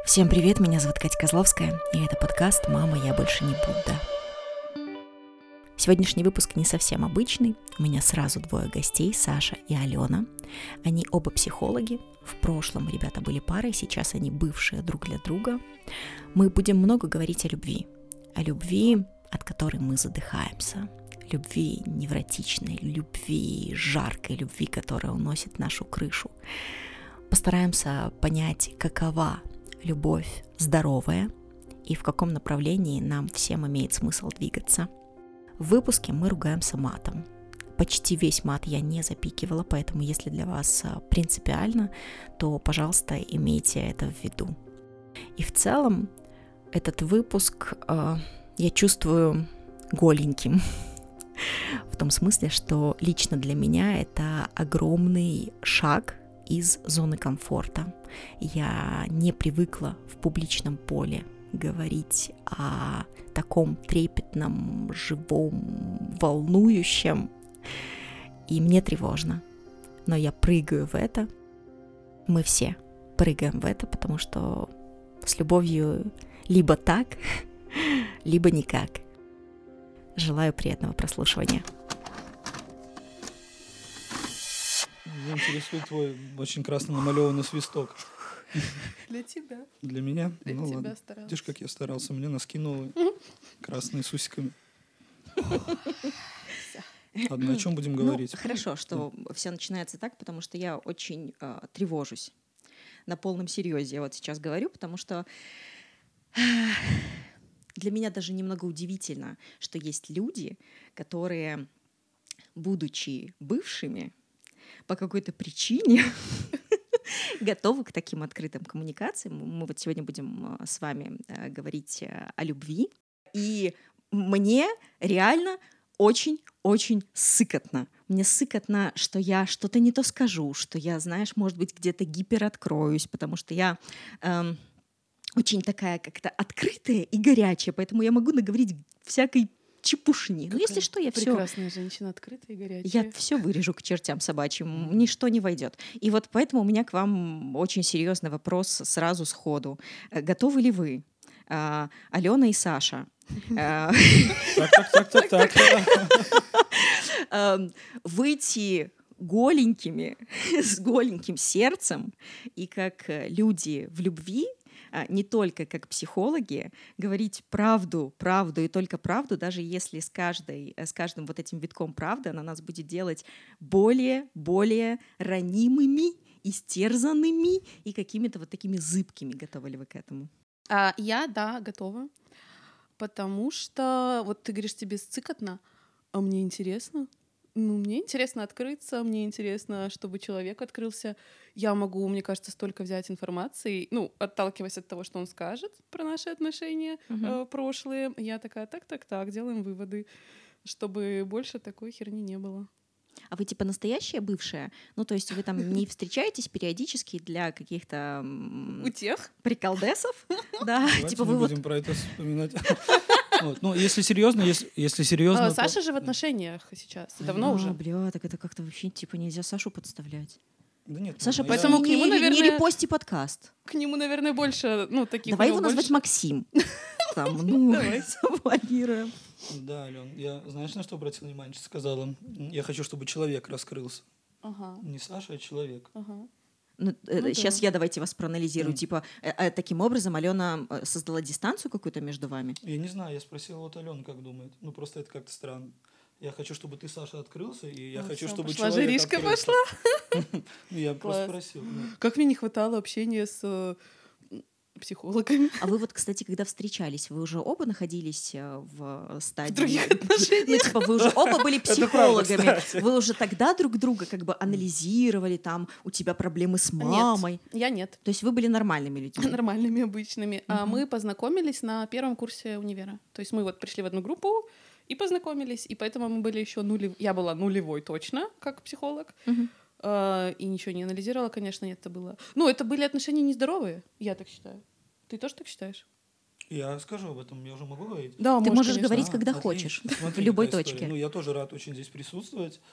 Всем привет, меня зовут Катя Козловская, и это подкаст «Мама, я больше не Будда». Сегодняшний выпуск не совсем обычный, у меня сразу двое гостей, Саша и Алена. Они оба психологи, в прошлом ребята были парой, сейчас они бывшие друг для друга. Мы будем много говорить о любви, от которой мы задыхаемся, любви невротичной, любви жаркой, любви, которая уносит нашу крышу. Постараемся понять, какова любовь здоровая и в каком направлении нам всем имеет смысл двигаться. В выпуске мы ругаемся матом. Почти весь мат я не запикивала, поэтому если для вас принципиально, то, пожалуйста, имейте это в виду. И в целом этот выпуск я чувствую голеньким. В том смысле, что лично для меня это огромный шаг из зоны комфорта. Я не привыкла в публичном поле говорить о таком трепетном, живом, волнующем, и мне тревожно. Но я прыгаю в это. Мы все прыгаем в это, потому что с любовью либо так, либо никак. Желаю приятного прослушивания. Меня интересует твой очень красно намалеванный свисток. Для тебя. Для меня? Для ну тебя ладно. старалась. Видишь, как я старался. Мне носки новые, красные с усиками. Ладно, о чем будем говорить? Хорошо, что все начинается так, потому что я очень тревожусь. На полном серьезе я вот сейчас говорю, потому что для меня даже немного удивительно, что есть люди, которые, будучи бывшими, по какой-то причине готовы к таким открытым коммуникациям. Мы вот сегодня будем с вами говорить о любви. И мне реально очень-очень сыкотно. Мне сыкотно, что я что-то не то скажу, что я, знаешь, может быть, где-то гипероткроюсь, потому что я очень такая как-то открытая и горячая, поэтому я могу наговорить всякой чепушни. Но если что, я все... Прекрасная женщина, открытая и горячая. Я все вырежу к чертям собачьим, ничто не войдет. И вот поэтому у меня к вам очень серьезный вопрос сразу сходу. Готовы ли вы, Алена и Саша, выйти голенькими, с голеньким сердцем и как люди в любви, не только как психологи, говорить правду и только правду, даже если с каждым вот этим витком правды она нас будет делать более ранимыми, истерзанными и какими-то вот такими зыбкими. Готовы ли вы к этому? Да, готова. Потому что, вот ты говоришь, тебе сцикотно, а мне интересно. Мне интересно открыться, мне интересно, чтобы человек открылся. Я могу, мне кажется, столько взять информации, отталкиваясь от того, что он скажет про наши отношения прошлые. Я такая, так, делаем выводы, чтобы больше такой херни не было. А вы типа настоящая бывшая? Ну, то есть вы там не встречаетесь периодически для каких-то утех, приколдесов? Да, типа вы будем про это вспоминать. Ну, если серьезно... Саша же в отношениях сейчас, давно уже. Бля, так это как-то вообще типа нельзя Сашу подставлять. Да нет, Саша, поэтому к нему, наверное, не репости подкаст. К нему, наверное, больше, таких... Давай его назвать Максим. Давай завуалируем. Да, Ален, я знаешь, на что обратил внимание, что сказала? Я хочу, чтобы человек раскрылся. Не Саша, а человек. Сейчас я давайте вас проанализирую. Типа, таким образом Алена создала дистанцию какую-то между вами? Я не знаю, я спросил вот Алену, как думает. Просто это как-то странно. Я хочу, чтобы ты, Саша, открылся, и я хочу, чтобы человек жиришка открылся. Пошла. Я просто спросил. Как мне не хватало общения с психологами. А вы вот, кстати, когда встречались, вы уже оба находились в стадии... В других отношениях. Вы уже оба были психологами. Вы уже тогда друг друга как бы анализировали, там, у тебя проблемы с мамой. Нет, я нет. То есть вы были нормальными людьми? Нормальными, обычными. А мы познакомились на первом курсе универа. То есть мы вот пришли в одну группу и познакомились, и поэтому мы были еще Я была нулевой точно, как психолог. И ничего не анализировала, конечно, нет, это было... это были отношения нездоровые, я так считаю. Ты тоже так считаешь? Я скажу об этом, я уже могу говорить? Да, ты можешь конечно. говорить, когда хочешь, в любой точке. Я тоже рад очень здесь присутствовать.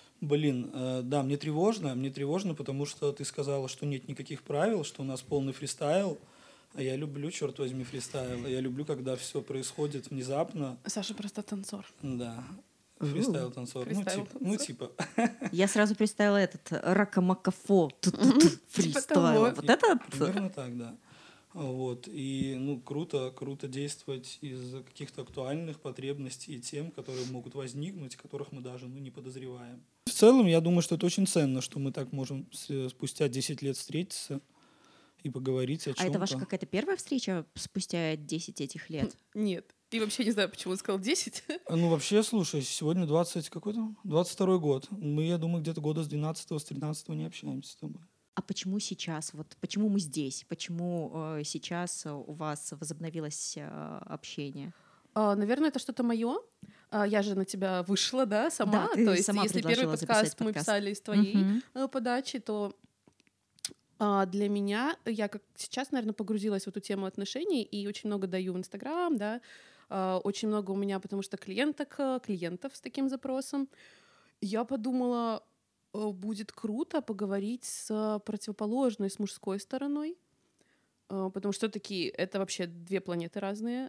Да, мне тревожно, потому что ты сказала, что нет никаких правил, что у нас полный фристайл. А я люблю, черт возьми, фристайл. Я люблю, когда все происходит внезапно. Саша просто танцор. Да. Фристайл-танцор. Типа. Я сразу представила этот ракамакафо, фристайл. Вот этот? Примерно так, да. Вот. И круто действовать из каких-то актуальных потребностей и тем, которые могут возникнуть, которых мы даже не подозреваем. В целом, я думаю, что это очень ценно, что мы так можем спустя 10 лет встретиться и поговорить о чем-то. А это ваша какая-то первая встреча спустя 10 этих лет? Нет. И вообще не знаю, почему он сказал 10. Вообще, слушай, сегодня 22-й год. Мы, я думаю, где-то года с 12-го, с 13-го не общаемся с тобой. А почему сейчас? Вот почему мы здесь? Почему сейчас у вас возобновилось общение? Наверное, это что-то мое. Я же на тебя вышла, да, сама. Да, то есть, сама если первый подкаст мы писали из твоей подачи, то для меня, я как сейчас, наверное, погрузилась в эту тему отношений и очень много даю в Инстаграм, да, очень много у меня, потому что клиентов с таким запросом. Я подумала, будет круто поговорить с противоположной, с мужской стороной, потому что это вообще две планеты разные.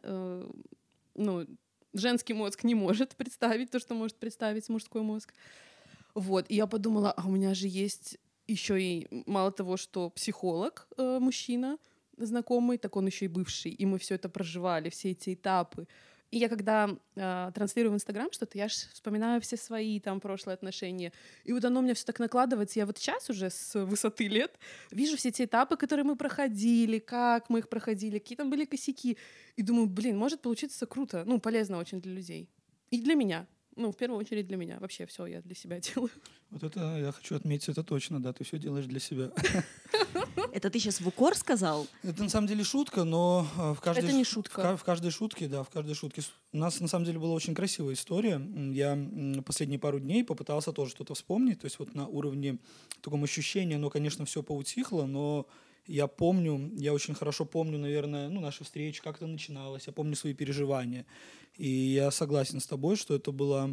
Женский мозг не может представить то, что может представить мужской мозг. Вот, и я подумала, а у меня же есть еще и мало того, что психолог, мужчина знакомый, так он еще и бывший, и мы все это проживали, все эти этапы. И я когда транслирую в Инстаграм что-то, я же вспоминаю все свои там прошлые отношения. И вот оно у меня все так накладывается. Я вот сейчас уже с высоты лет вижу все эти этапы, которые мы проходили, как мы их проходили, какие там были косяки. И думаю, может получиться круто, полезно очень для людей. И для меня. В первую очередь для меня. Вообще все я для себя делаю. Вот это я хочу отметить, это точно, да, ты все делаешь для себя. Это ты сейчас в укор сказал? Это на самом деле шутка, но в каждой... Это не шутка. В каждой шутке, да, в каждой шутке. У нас на самом деле была очень красивая история. Я последние пару дней попытался тоже что-то вспомнить, то есть вот на уровне таком ощущения, конечно, все поутихло, но я очень хорошо помню, наверное, наши встречи, как это начиналось, я помню свои переживания. И я согласен с тобой, что это была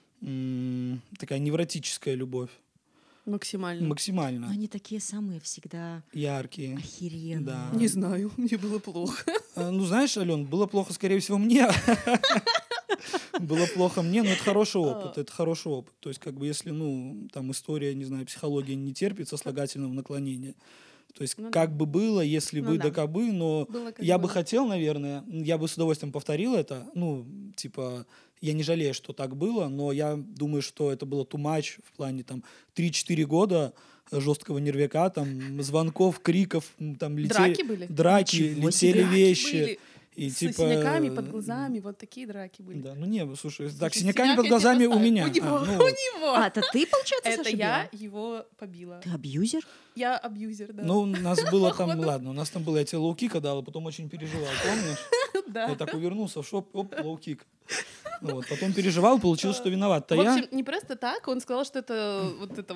такая невротическая любовь. Максимально. Но они такие самые всегда яркие. Охеренные. Да. Не знаю, мне было плохо. Знаешь, Ален, было плохо, скорее всего, мне. Было плохо мне, но это хороший опыт. То есть, если, там история, не знаю, психология не терпит сослагательного наклонения. То есть, как бы было, если бы, да кабы, но я бы хотел, наверное, я бы с удовольствием повторил это, я не жалею, что так было, но я думаю, что это было too much в плане, 3-4 года жесткого нервяка, звонков, криков, Драки были? Летели вещи. И с синяками под глазами, вот такие драки были. Да, слушай, так, синяками под глазами у меня. У него. А, это ты, получается, Это я его побила. Ты абьюзер? Я абьюзер, да. У нас было у нас там было, я тебе лоу-кика дал, а потом очень переживал, помнишь? Да. Я так увернулся в шоп, лоу-кик. Потом переживал, получилось, что виноват. В общем, не просто так, он сказал, что это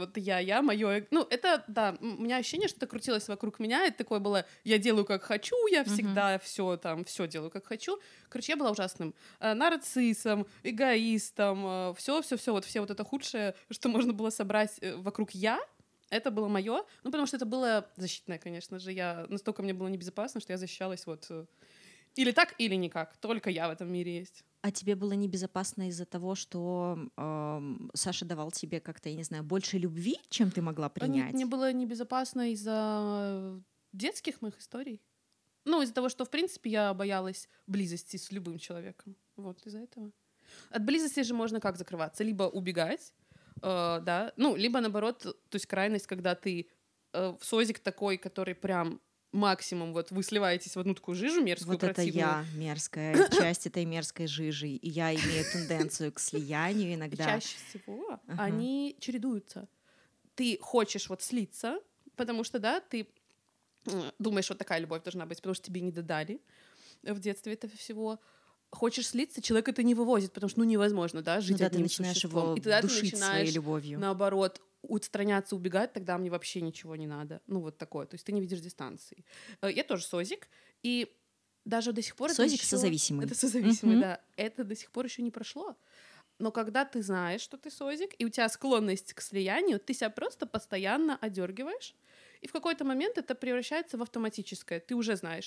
я, мое... это, да, у меня ощущение, что это крутилось вокруг меня, это такое было, я делаю как хочу, я всегда все делаю как хочу. Короче, я была ужасным нарциссом, эгоистом, все вот это худшее, что можно было собрать вокруг я, это было мое, потому что это было защитное, конечно же, настолько мне было небезопасно, что я защищалась или так, или никак, только я в этом мире есть. А тебе было небезопасно из-за того, что Саша давал тебе как-то, я не знаю, больше любви, чем ты могла принять? Мне было небезопасно из-за детских моих историй. Из-за того, что, в принципе, я боялась близости с любым человеком. Вот из-за этого. От близости же можно как закрываться? Либо убегать, да, либо, наоборот, то есть крайность, когда ты созик такой, который прям максимум, вы сливаетесь в одну такую жижу мерзкую, противную. Это я мерзкая, часть этой мерзкой жижи, и я имею тенденцию к слиянию иногда. И чаще всего они чередуются. Ты хочешь слиться, потому что, да, ты думаешь, вот такая любовь должна быть, потому что тебе не додали в детстве этого всего. Хочешь слиться, человек это не вывозит, потому что, невозможно, да, жить одним существом. И тогда ты начинаешь своей любовью. Наоборот, отстраняться, убегать, тогда мне вообще ничего не надо. Вот такое. То есть ты не видишь дистанции. Я тоже созик, и даже до сих пор... Созик созависимый. Это созависимый, да. Это до сих пор еще не прошло. Но когда ты знаешь, что ты созик, и у тебя склонность к слиянию, ты себя просто постоянно одергиваешь, и в какой-то момент это превращается в автоматическое. Ты уже знаешь,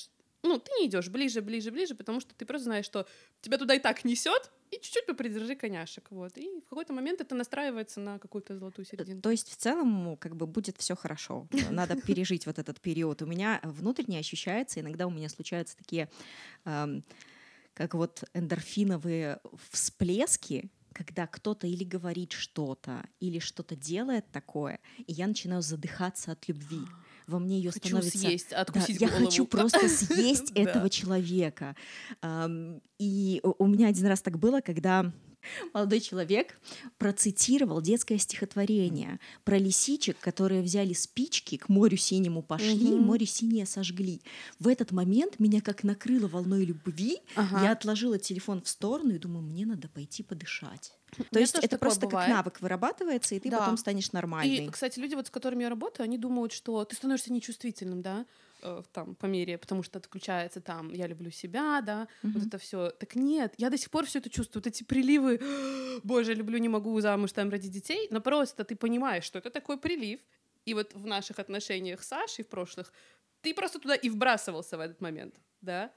ну, ты не идешь ближе, потому что ты просто знаешь, что тебя туда и так несет, и чуть-чуть попридержи коняшек, вот. И в какой-то момент это настраивается на какую-то золотую середину. То есть в целом как бы будет все хорошо. Надо пережить вот этот период. У меня внутренне ощущается, иногда у меня случаются такие как вот эндорфиновые всплески, когда кто-то или говорит что-то, или что-то делает такое, и я начинаю задыхаться от любви. Во мне ее становится... съесть, откусить я голову. хочу просто съесть этого человека. И у меня один раз так было, когда молодой человек процитировал детское стихотворение про лисичек, которые взяли спички, к морю синему пошли, море синее сожгли. В этот момент меня как накрыло волной любви, я отложила телефон в сторону и думаю, мне надо пойти подышать. То есть это просто как навык вырабатывается, и ты потом станешь нормальной. И, кстати, люди, вот, с которыми я работаю, они думают, что ты становишься нечувствительным, да, там, по мере, потому что отключается там «я люблю себя», да, вот это все. Так нет, я до сих пор все это чувствую, вот эти приливы «боже, люблю, не могу замуж, там, родить детей», но просто ты понимаешь, что это такой прилив, и вот в наших отношениях с Сашей в прошлых ты просто туда и вбрасывался в этот момент, да.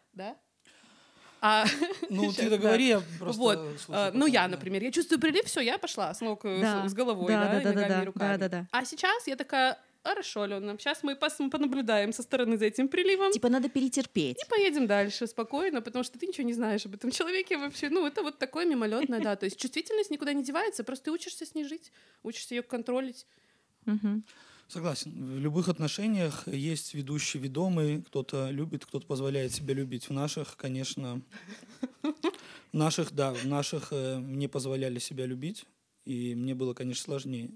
Ну, ты договори, я просто вот. слушаю. Ну, я, например, я чувствую прилив, все, я пошла с ног, с головой, да, и ногами, и руками. А сейчас я такая... Хорошо, Алена, сейчас мы понаблюдаем со стороны за этим приливом. Типа надо перетерпеть. И поедем дальше спокойно, потому что ты ничего не знаешь об этом человеке вообще. Ну, это вот такое мимолетное, да. То есть чувствительность никуда не девается, просто ты учишься с ней жить, учишься ее контролить. Согласен. В любых отношениях есть ведущий, ведомый. Кто-то любит, кто-то позволяет себя любить. В наших, конечно... В наших мне позволяли себя любить, и мне было, конечно, сложнее.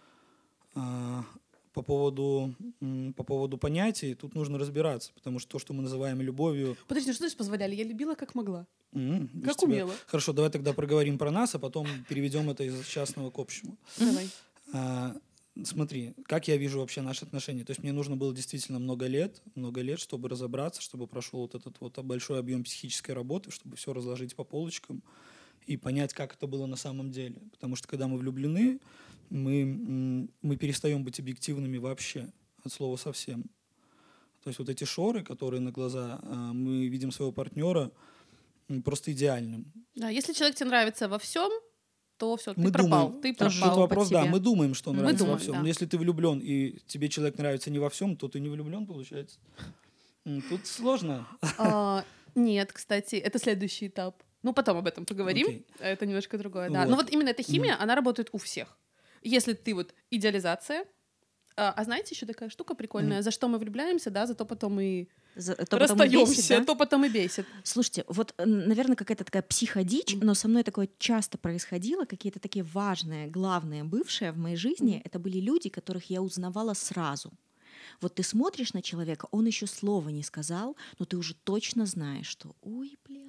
По поводу понятий тут нужно разбираться, потому что то, что мы называем любовью... Подожди, что значит позволяли? Я любила как могла. Как умела. Хорошо, давай тогда проговорим про нас, а потом переведем это из частного к общему. Давай. Смотри, как я вижу вообще наши отношения. То есть мне нужно было действительно много лет, чтобы разобраться, чтобы прошел вот этот вот большой объем психической работы, чтобы все разложить по полочкам и понять, как это было на самом деле. Потому что когда мы влюблены, мы перестаем быть объективными вообще, от слова совсем. То есть вот эти шоры, которые на глаза, мы видим своего партнера просто идеальным. Да, если человек тебе нравится во всем, то все, ты пропал. Тут вопрос, да, мы думаем, что он нравится во всем. Да. Но если ты влюблен и тебе человек нравится не во всем, то ты не влюблен, получается. Тут сложно. Нет, кстати, это следующий этап. Ну, потом об этом поговорим. Okay. Это немножко другое, да. Вот. Но вот именно эта химия, она работает у всех. Если ты вот идеализация, а знаете, еще такая штука прикольная, за что мы влюбляемся, да, зато потом и расстаемся, то потом и бесит. Слушайте, вот, наверное, какая-то такая психодичь, но со мной такое часто происходило, какие-то такие важные, главные, бывшие в моей жизни, это были люди, которых я узнавала сразу. Вот ты смотришь на человека, он еще слова не сказал, но ты уже точно знаешь, что «Ой, бля,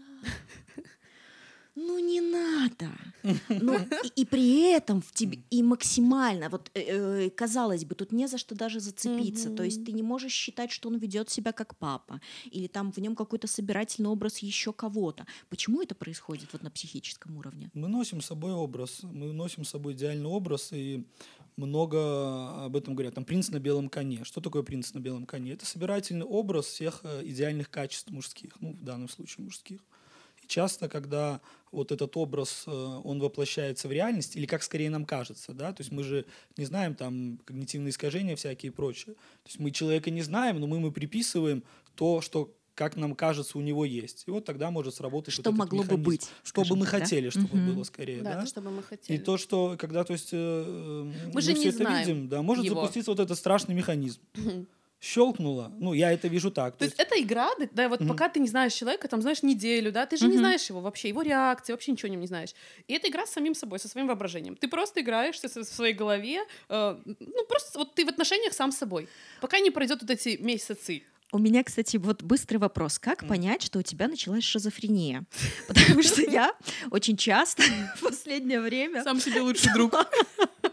ну не надо». Ну, и при этом в тебе и максимально, вот казалось бы, тут не за что даже зацепиться. То есть ты не можешь считать, что он ведет себя как папа, или там в нем какой-то собирательный образ еще кого-то. Почему это происходит вот на психическом уровне? Мы носим с собой образ, мы носим с собой идеальный образ, и много об этом говорят. Там принц на белом коне. Что такое принц на белом коне? Это собирательный образ всех идеальных качеств мужских, ну, в данном случае мужских. И часто, когда вот этот образ, он воплощается в реальность, или как скорее нам кажется, да, то есть мы же не знаем там когнитивные искажения всякие и прочее. То есть мы человека не знаем, но мы ему приписываем то, что как нам кажется, у него есть. И вот тогда может сработать что вот этот могло механизм. бы быть. Что бы мы так, хотели, да? чтобы было скорее. Да, да? то, чтобы мы хотели. И то, что когда, то есть, мы же все не это знаем видим, да, может его. запуститься вот этот страшный механизм. Щелкнуло. Ну, я это вижу так. То есть это игра, да, вот пока ты не знаешь человека, там, знаешь, неделю, да, ты же не знаешь его вообще, его реакции, вообще ничего о нем не знаешь. И это игра с самим собой, со своим воображением. Ты просто играешься в своей голове, ну, просто вот ты в отношениях сам с собой, пока не пройдет вот эти месяцы. У меня, кстати, вот быстрый вопрос. Как понять, что у тебя началась шизофрения? Потому что я очень часто в последнее время... Сам себе лучший друг.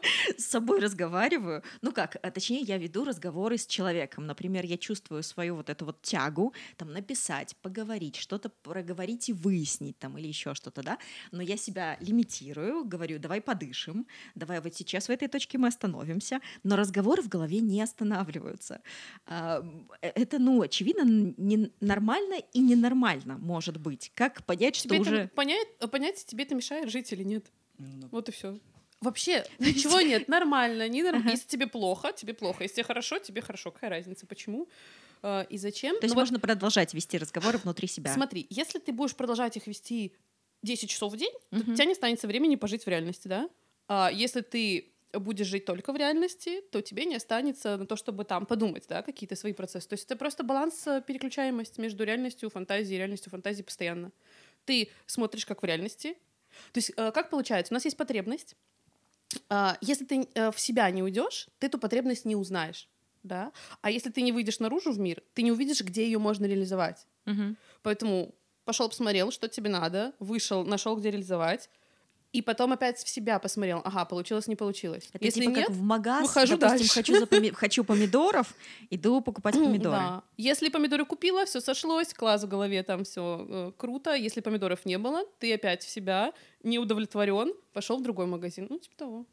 с собой разговариваю. Ну как, точнее, я веду разговоры с человеком. Например, я чувствую свою вот эту вот тягу там написать, поговорить, что-то проговорить и выяснить там или еще что-то, да. Но я себя лимитирую, говорю, давай подышим, давай вот сейчас в этой точке мы остановимся. Но разговоры в голове не останавливаются. Это, ну, очевидно, нормально и ненормально может быть. Как понять, что Тебе уже... понять, тебе это мешает жить или нет. Да. Вот и все. Вообще ничего нет, нормально, не нормально. Если тебе плохо, тебе плохо. Если тебе хорошо, какая разница, почему и зачем? То есть можно продолжать вести разговоры внутри себя. Смотри, если ты будешь продолжать их вести 10 часов в день, то у тебя не останется времени пожить в реальности, да? А если ты будешь жить только в реальности, то тебе не останется на то, чтобы там подумать, да, какие-то свои процессы. То есть это просто баланс, переключаемость между реальностью и реальностью фантазии постоянно. Ты смотришь как в реальности. То есть как получается? У нас есть потребность. Если ты в себя не уйдешь, ты эту потребность не узнаешь, да? А если ты не выйдешь наружу в мир, ты не увидишь, где ее можно реализовать. Поэтому пошел, посмотрел, что тебе надо, вышел, нашел, где реализовать, и потом опять в себя посмотрел. Ага, получилось, не получилось. Это Если типа нет, как в магаз, выхожу допустим, дальше. хочу помидоров, иду покупать помидоры. Да. Если помидоры купила, все сошлось, класс в голове, там все круто. Если помидоров не было, ты опять в себя, не удовлетворен, пошел в другой магазин. Ну, типа того.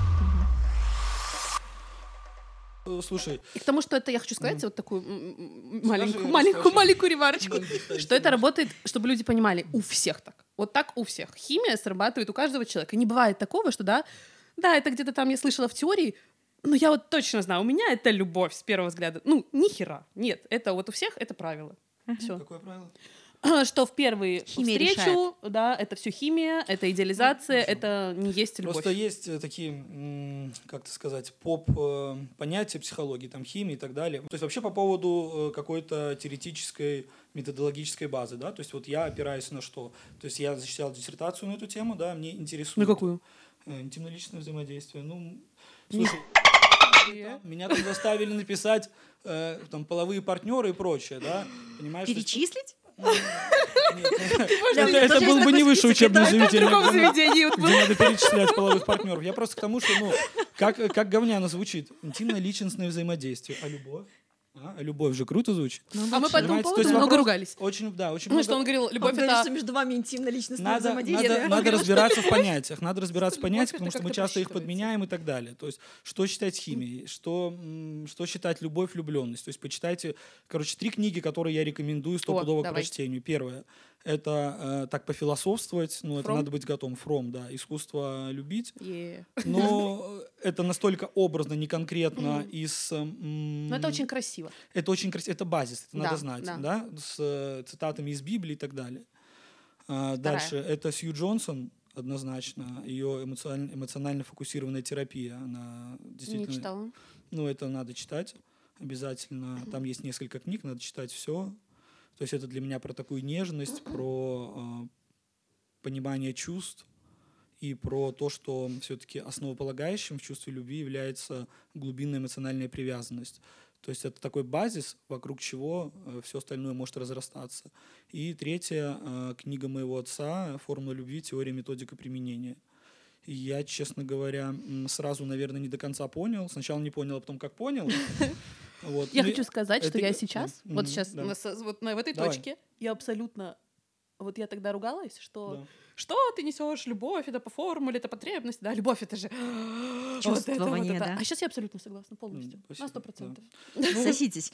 Слушай. И к тому, что это я хочу сказать, вот такую маленькую ремарочку, что это работает, чтобы люди понимали, у всех так. Вот так у всех. Химия срабатывает у каждого человека. Не бывает такого, что да, это где-то там я слышала в теории, но я вот точно знаю, у меня это любовь с первого взгляда. Ну, ни хера. Нет, это вот у всех это правило. Всё. Какое правило? Что в первую Химия встречу, решает. да, это все химия, это идеализация, это не есть любовь. Просто есть такие, как это сказать, поп-понятия психологии, там, химии и так далее. То есть вообще по поводу какой-то теоретической, методологической базы, да, то есть вот я опираюсь на что? То есть я защищал диссертацию на эту тему, да, мне интересует... На какую? Интимно-личное взаимодействие. Ну, слушай, меня там заставили написать там половые партнеры и прочее, да, понимаешь? Перечислить? Это был бы не высшее учебное заведение, заведении. где надо перечислять половых партнеров. Я просто к тому, что, ну, как говняно звучит. Интимно-личностное взаимодействие. А любовь? А любовь же круто звучит. А мы по этому Понимаете? То поводу есть много вопрос ругались. Очень, да, очень Ну, много. что он говорил, любовь Он говорит, это... что между вами интимно-личностное взаимодействие. Надо разбираться в понятиях. Надо разбираться в понятиях, Любовь потому это что мы как-то часто их просчитывается. подменяем и так далее. То есть, что считать химией, что считать любовь, влюбленность. То есть, почитайте, короче, 3 книги, которые я рекомендую стопудово к давай. прочтению. Первое — это так пофилософствовать, ну, это From? надо быть готовым. Да, искусство любить. Yeah. Но это настолько образно, не конкретно и с... Но это очень красиво. Это очень красиво, это базис, это надо Да, знать, да. да, с цитатами из Библии и так далее. Дальше, это Сью Джонсон, однозначно, ее эмоционально фокусированная терапия, она Не действительно... читала. Ну, это надо читать обязательно, там есть несколько книг, надо читать все. То есть это для меня про такую нежность, про понимание чувств и про то, что все-таки основополагающим в чувстве любви является глубинная эмоциональная привязанность. То есть это такой базис, вокруг чего все остальное может разрастаться. И третья книга моего отца «Формула любви. Теория, методика применения». И я, честно говоря, сразу, наверное, не до конца понял. Сначала не понял, а потом как понял. Вот. Я Ну, хочу сказать, что это- я сейчас, да. вот сейчас, Да. вот в этой Давай. точке, я абсолютно... Вот я тогда ругалась, что... Да. Что ты несешь? Любовь это по формуле, это потребность, да? Любовь это же Чувствование, да. А сейчас я абсолютно согласна полностью, Спасибо, на 100%. Соситесь.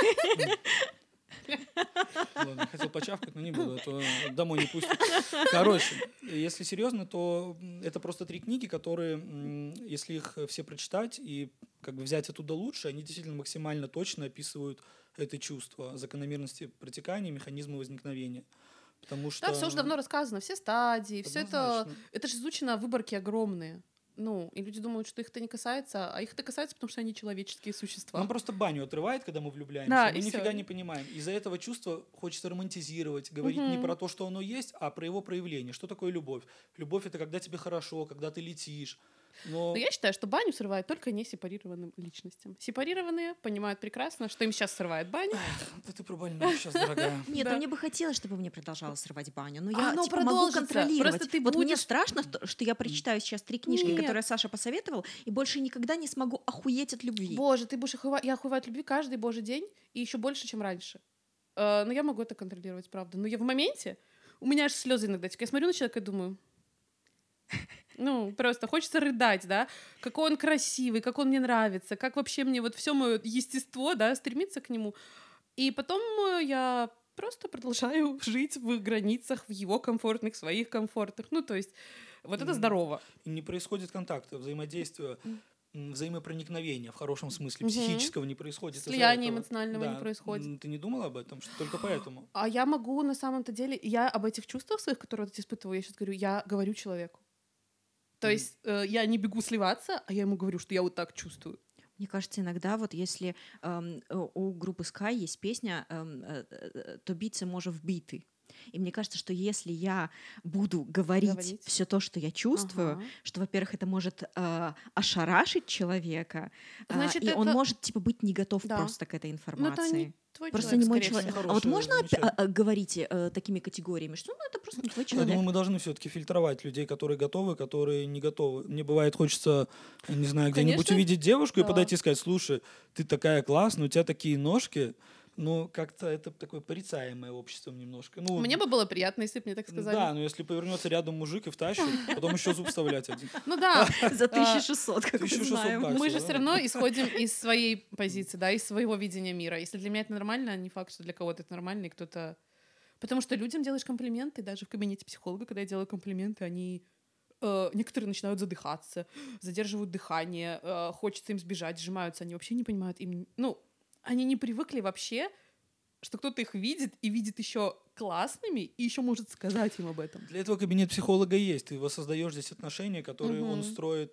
Ладно, хотел почавкать, но не буду, а то домой не пустят. Короче, если серьезно, то это просто 3 книги, которые, если их все прочитать и как бы взять оттуда лучше, они действительно максимально точно описывают это чувство, закономерности протекания, механизмы возникновения. Потому что... Да, все уже давно рассказано, все стадии, все это... Однозначно. Это же изучено, выборки огромные. Ну, и люди думают, что их это не касается, а их это касается, потому что они человеческие существа. Нам просто баню отрывает, когда мы влюбляемся, Да, мы и нифига всё. не понимаем. Из-за этого чувства хочется романтизировать, говорить не про то, что оно есть, а про его проявление. Что такое любовь? Любовь — это когда тебе хорошо, когда ты летишь. Но я считаю, что баню срывают только не сепарированным личностям. Сепарированные понимают прекрасно, что им сейчас срывает баню. Да ты про больную сейчас, дорогая. Нет, мне бы хотелось, чтобы мне продолжало срывать баню. Но я Оно могу контролировать. Просто ты вот мне будешь... страшно, что я прочитаю сейчас 3 книжки, Нет. которые Саша посоветовал, и больше никогда не смогу охуеть от любви. Боже, ты будешь я охуеваю от любви каждый божий день, и еще больше, чем раньше. Но я могу это контролировать, правда. Но я в моменте, у меня аж слезы иногда текут. Я смотрю на человека и думаю, просто хочется рыдать, да, какой он красивый, как он мне нравится, как вообще мне вот все мое естество, да, стремится к нему. И потом я просто продолжаю жить в границах, в его комфортных, своих комфортах. То есть вот это здорово. Не происходит контакта, взаимодействия, взаимопроникновения в хорошем смысле, психического не происходит. Слияния эмоционального не происходит. Ты не думала об этом, что только поэтому? А я могу на самом-то деле, я об этих чувствах своих, которые я испытываю, я сейчас говорю, я говорю человеку. То есть я не бегу сливаться, а я ему говорю, что я вот так чувствую. Мне кажется, иногда вот если у группы Sky есть песня «То биться може вбити». И мне кажется, что если я буду говорить все то, что я чувствую, что, во-первых, это может ошарашить человека, значит, и он может типа быть не готов просто к этой информации. Просто не мой человек. А вот можно говорить такими категориями, что это просто не твой человек? Я думаю, мы должны все-таки фильтровать людей, которые готовы, которые не готовы. Мне бывает хочется, не знаю, где-нибудь увидеть девушку и подойти и сказать: слушай, ты такая классная, у тебя такие ножки. Как-то это такое порицаемое обществом немножко. Мне бы было приятно, если бы мне так сказали. Да, но если повернется рядом мужик и втащит, потом еще зуб вставлять один. Да. За 1600, как мы 1600 знаем. баксов, Мы же все равно исходим из своей позиции, да, из своего видения мира. Если для меня это нормально, не факт, что для кого-то это нормально, и кто-то... Потому что людям делаешь комплименты, даже в кабинете психолога, когда я делаю комплименты, они... Некоторые начинают задыхаться, задерживают дыхание, хочется им сбежать, сжимаются, они вообще не понимают, они не привыкли вообще, что кто-то их видит и видит еще классными и еще может сказать им об этом. Для этого кабинет психолога есть. Ты воссоздаешь здесь отношения, которые он строит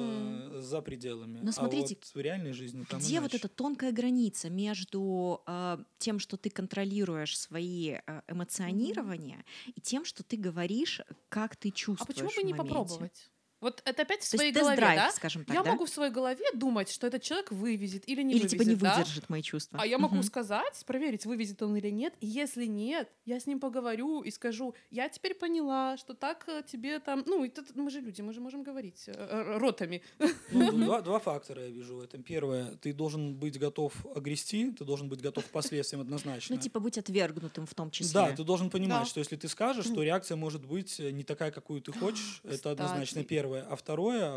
за пределами. Но смотрите, в реальной жизни там где вот эта тонкая граница между тем, что ты контролируешь свои эмоционирования, и тем, что ты говоришь, как ты чувствуешь. А почему бы не попробовать? Вот это опять в То своей есть голове, да? Скажем так, я могу в своей голове думать, что этот человек вывезет или не или вывезет, типа не да? выдержит мои чувства. А я могу сказать, проверить, вывезет он или нет. И если нет, я с ним поговорю и скажу: я теперь поняла, что так тебе там... мы же люди, мы же можем говорить ротами. Два фактора я вижу в этом. Первое, ты должен быть готов огрести, ты должен быть готов к последствиям однозначно. быть отвергнутым в том числе. Да, ты должен понимать, что если ты скажешь, то реакция может быть не такая, какую ты хочешь. Это однозначно первое. А второе,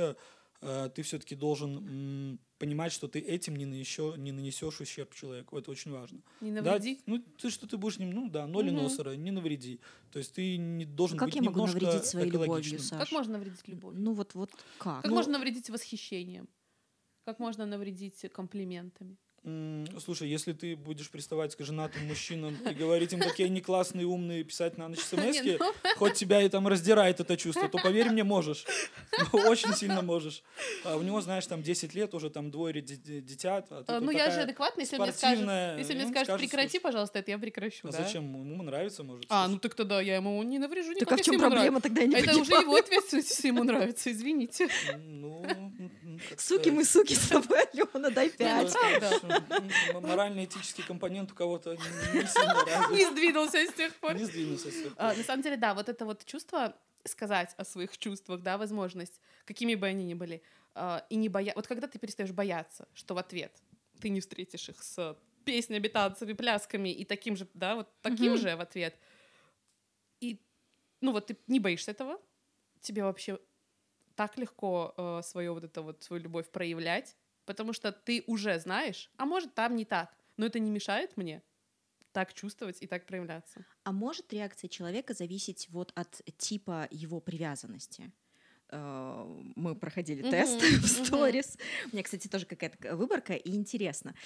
ты все-таки должен понимать, что ты этим не нанесешь ущерб человеку. Это очень важно. Не навреди. Да? Ты будешь ним, ноли носора, не навреди. То есть ты не должен быть как я могу немножко навредить своей любовью, экологичным. Саш? Как можно навредить любовью? Вот как? Как можно навредить восхищением? Как можно навредить комплиментами? Слушай, если ты будешь приставать к женатым мужчинам и говорить им, какие они классные, умные, писать на ночь смс-ки, хоть тебя и там раздирает это чувство, то поверь мне, можешь. Очень сильно можешь. А у него, знаешь, там 10 лет, уже там 2 детят. Я же адекватная, если мне скажешь, прекрати, пожалуйста, это я прекращу. А зачем? Ему нравится, может. Так тогда я ему не наврежу никак. Так а в чем проблема тогда, я не понимаю. Это уже его ответственность, если ему нравится, извините. Суки мы, суки с тобой, Алена, дай 5. Морально-этический компонент у кого-то не сильно развит. Не сдвинулся с тех пор. На самом деле, да, вот это вот чувство сказать о своих чувствах, да, возможность, какими бы они ни были, и не бояться. Вот когда ты перестаешь бояться, что в ответ ты не встретишь их с песнями, танцами, плясками и таким же, да, вот таким же в ответ, и, ты не боишься этого, тебе вообще так легко свою любовь проявлять, потому что ты уже знаешь, а может, там не так, но это не мешает мне так чувствовать и так проявляться. А может реакция человека зависеть от типа его привязанности? Мы проходили тест в сторис. У меня, кстати, тоже какая-то выборка, и интересно.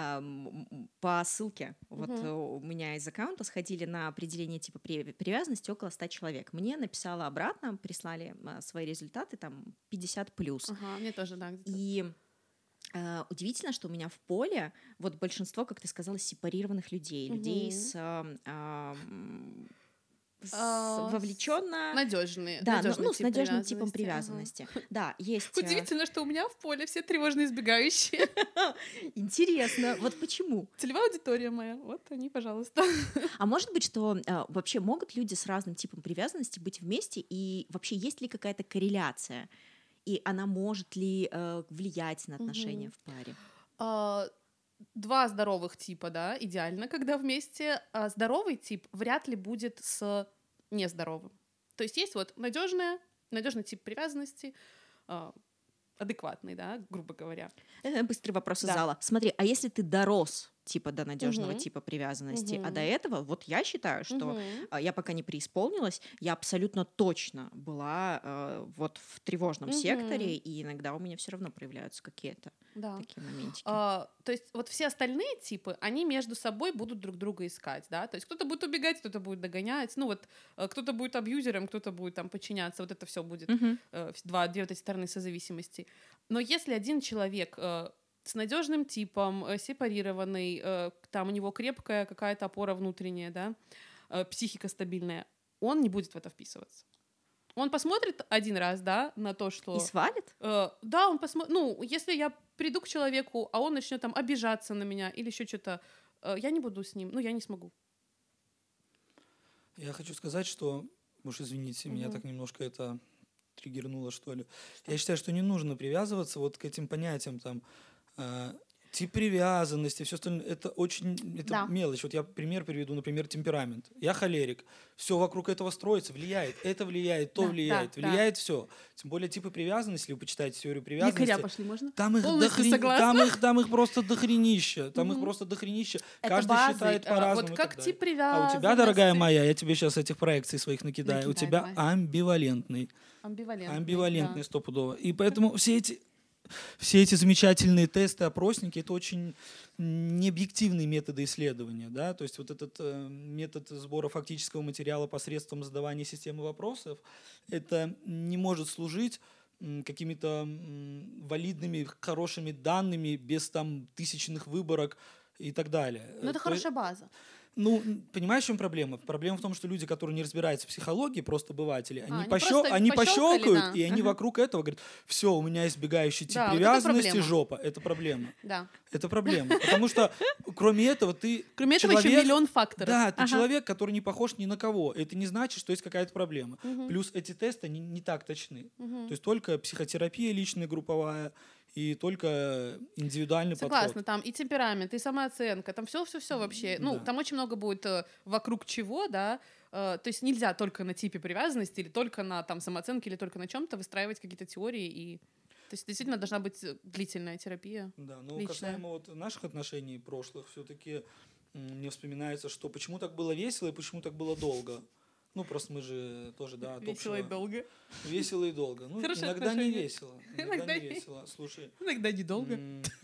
По ссылке у меня из аккаунта сходили на определение типа привязанности около 100 человек. Мне написала обратно, прислали свои результаты, там 50+. Мне тоже, да, где-то. И удивительно, что у меня в поле большинство, как ты сказала, сепарированных людей, людей с вовлеченно. Надежные. Да, надежный с тип надежным типом привязанности. привязанности. Да, есть. Удивительно, что у меня в поле все тревожно избегающие. Интересно, вот почему? Целевая аудитория моя. Вот они, пожалуйста. А может быть, что вообще могут люди с разным типом привязанности быть вместе, и вообще есть ли какая-то корреляция? И она может ли влиять на отношения в паре? Два здоровых типа, да, идеально, когда вместе. А здоровый тип вряд ли будет с нездоровым. То есть есть вот надежный тип привязанности, адекватный, да, грубо говоря. Быстрый вопрос из Да. зала. Смотри, а если ты дорос типа до надежного Мгм. типа привязанности, а Мгм. до этого, вот я считаю, что я пока не преисполнилась, я абсолютно точно была вот в тревожном Мгм. секторе, и иногда у меня все равно проявляются какие-то Да. такие моментики. То есть вот все остальные типы, они между собой будут друг друга искать, да, то есть кто-то будет убегать, кто-то будет догонять, ну вот кто-то будет абьюзером, кто-то будет там подчиняться, вот это все будет Мгм. две вот эти стороны созависимости. Но если один человек с надежным типом, сепарированный, там у него крепкая какая-то опора внутренняя, да, психика стабильная, он не будет в это вписываться. Он посмотрит один раз, да, на то, что... И свалит? Да, он посмотрит... Ну, если я приду к человеку, а он начнет там обижаться на меня или еще что-то, я не буду с ним, ну, я не смогу. Я хочу сказать, что, уж извините, меня так немножко это триггернуло, что ли. Я считаю, что не нужно привязываться вот к этим понятиям, там, тип привязанности, все остальное. Это очень Да. мелочь. Вот я пример приведу, например, темперамент. Я холерик. Все вокруг этого строится, влияет. Это влияет, то Да, влияет. да, Влияет все. Тем более типы привязанности, если вы почитаете теорию привязанности. Якоря пошли, можно? Там их, Полностью согласна. там их просто дохренища. Там их просто дохренища. Это Каждый базы, считает по-разному. вот и как так далее. тип привязанности. А у тебя, дорогая моя, я тебе сейчас этих проекций своих накидаю. У Накидай, тебя давай. амбивалентный. Амбивалентный, да. Стопудово. И поэтому все эти замечательные тесты, опросники, это очень необъективные методы исследования. Да? То есть вот этот метод сбора фактического материала посредством задавания системы вопросов, это не может служить какими-то валидными, хорошими данными, без там тысячных выборок и так далее. Ну, это хорошая база. Ну, понимаешь, в чем проблема? Проблема в том, что люди, которые не разбираются в психологии, просто обыватели, они просто пощелкают, да. и они вокруг этого говорят, все, у меня избегающий тип Да, вот это привязанности, проблема. жопа. Это проблема. Да. Это проблема. Потому что, кроме этого, ты Кроме этого, еще миллион факторов. Да, ты человек, который не похож ни на кого. Это не значит, что есть какая-то проблема. Плюс эти тесты, они не так точны. То есть только психотерапия личная, групповая, и только индивидуальный Согласна, подход. там и темперамент, и самооценка, там все вообще. Ну, Да. там очень много будет вокруг чего, да. То есть нельзя только на типе привязанности или только на там самооценке или только на чем-то выстраивать какие-то теории и то есть действительно должна быть длительная терапия. Да, но личная. касаемо вот наших отношений прошлых, все-таки мне вспоминается, что почему так было весело и почему так было долго. Ну, просто мы же тоже, да, Весело и долго. Весело и долго. Ну, Хорошее иногда не отношение. весело. Иногда не весело. Слушай. Иногда недолго.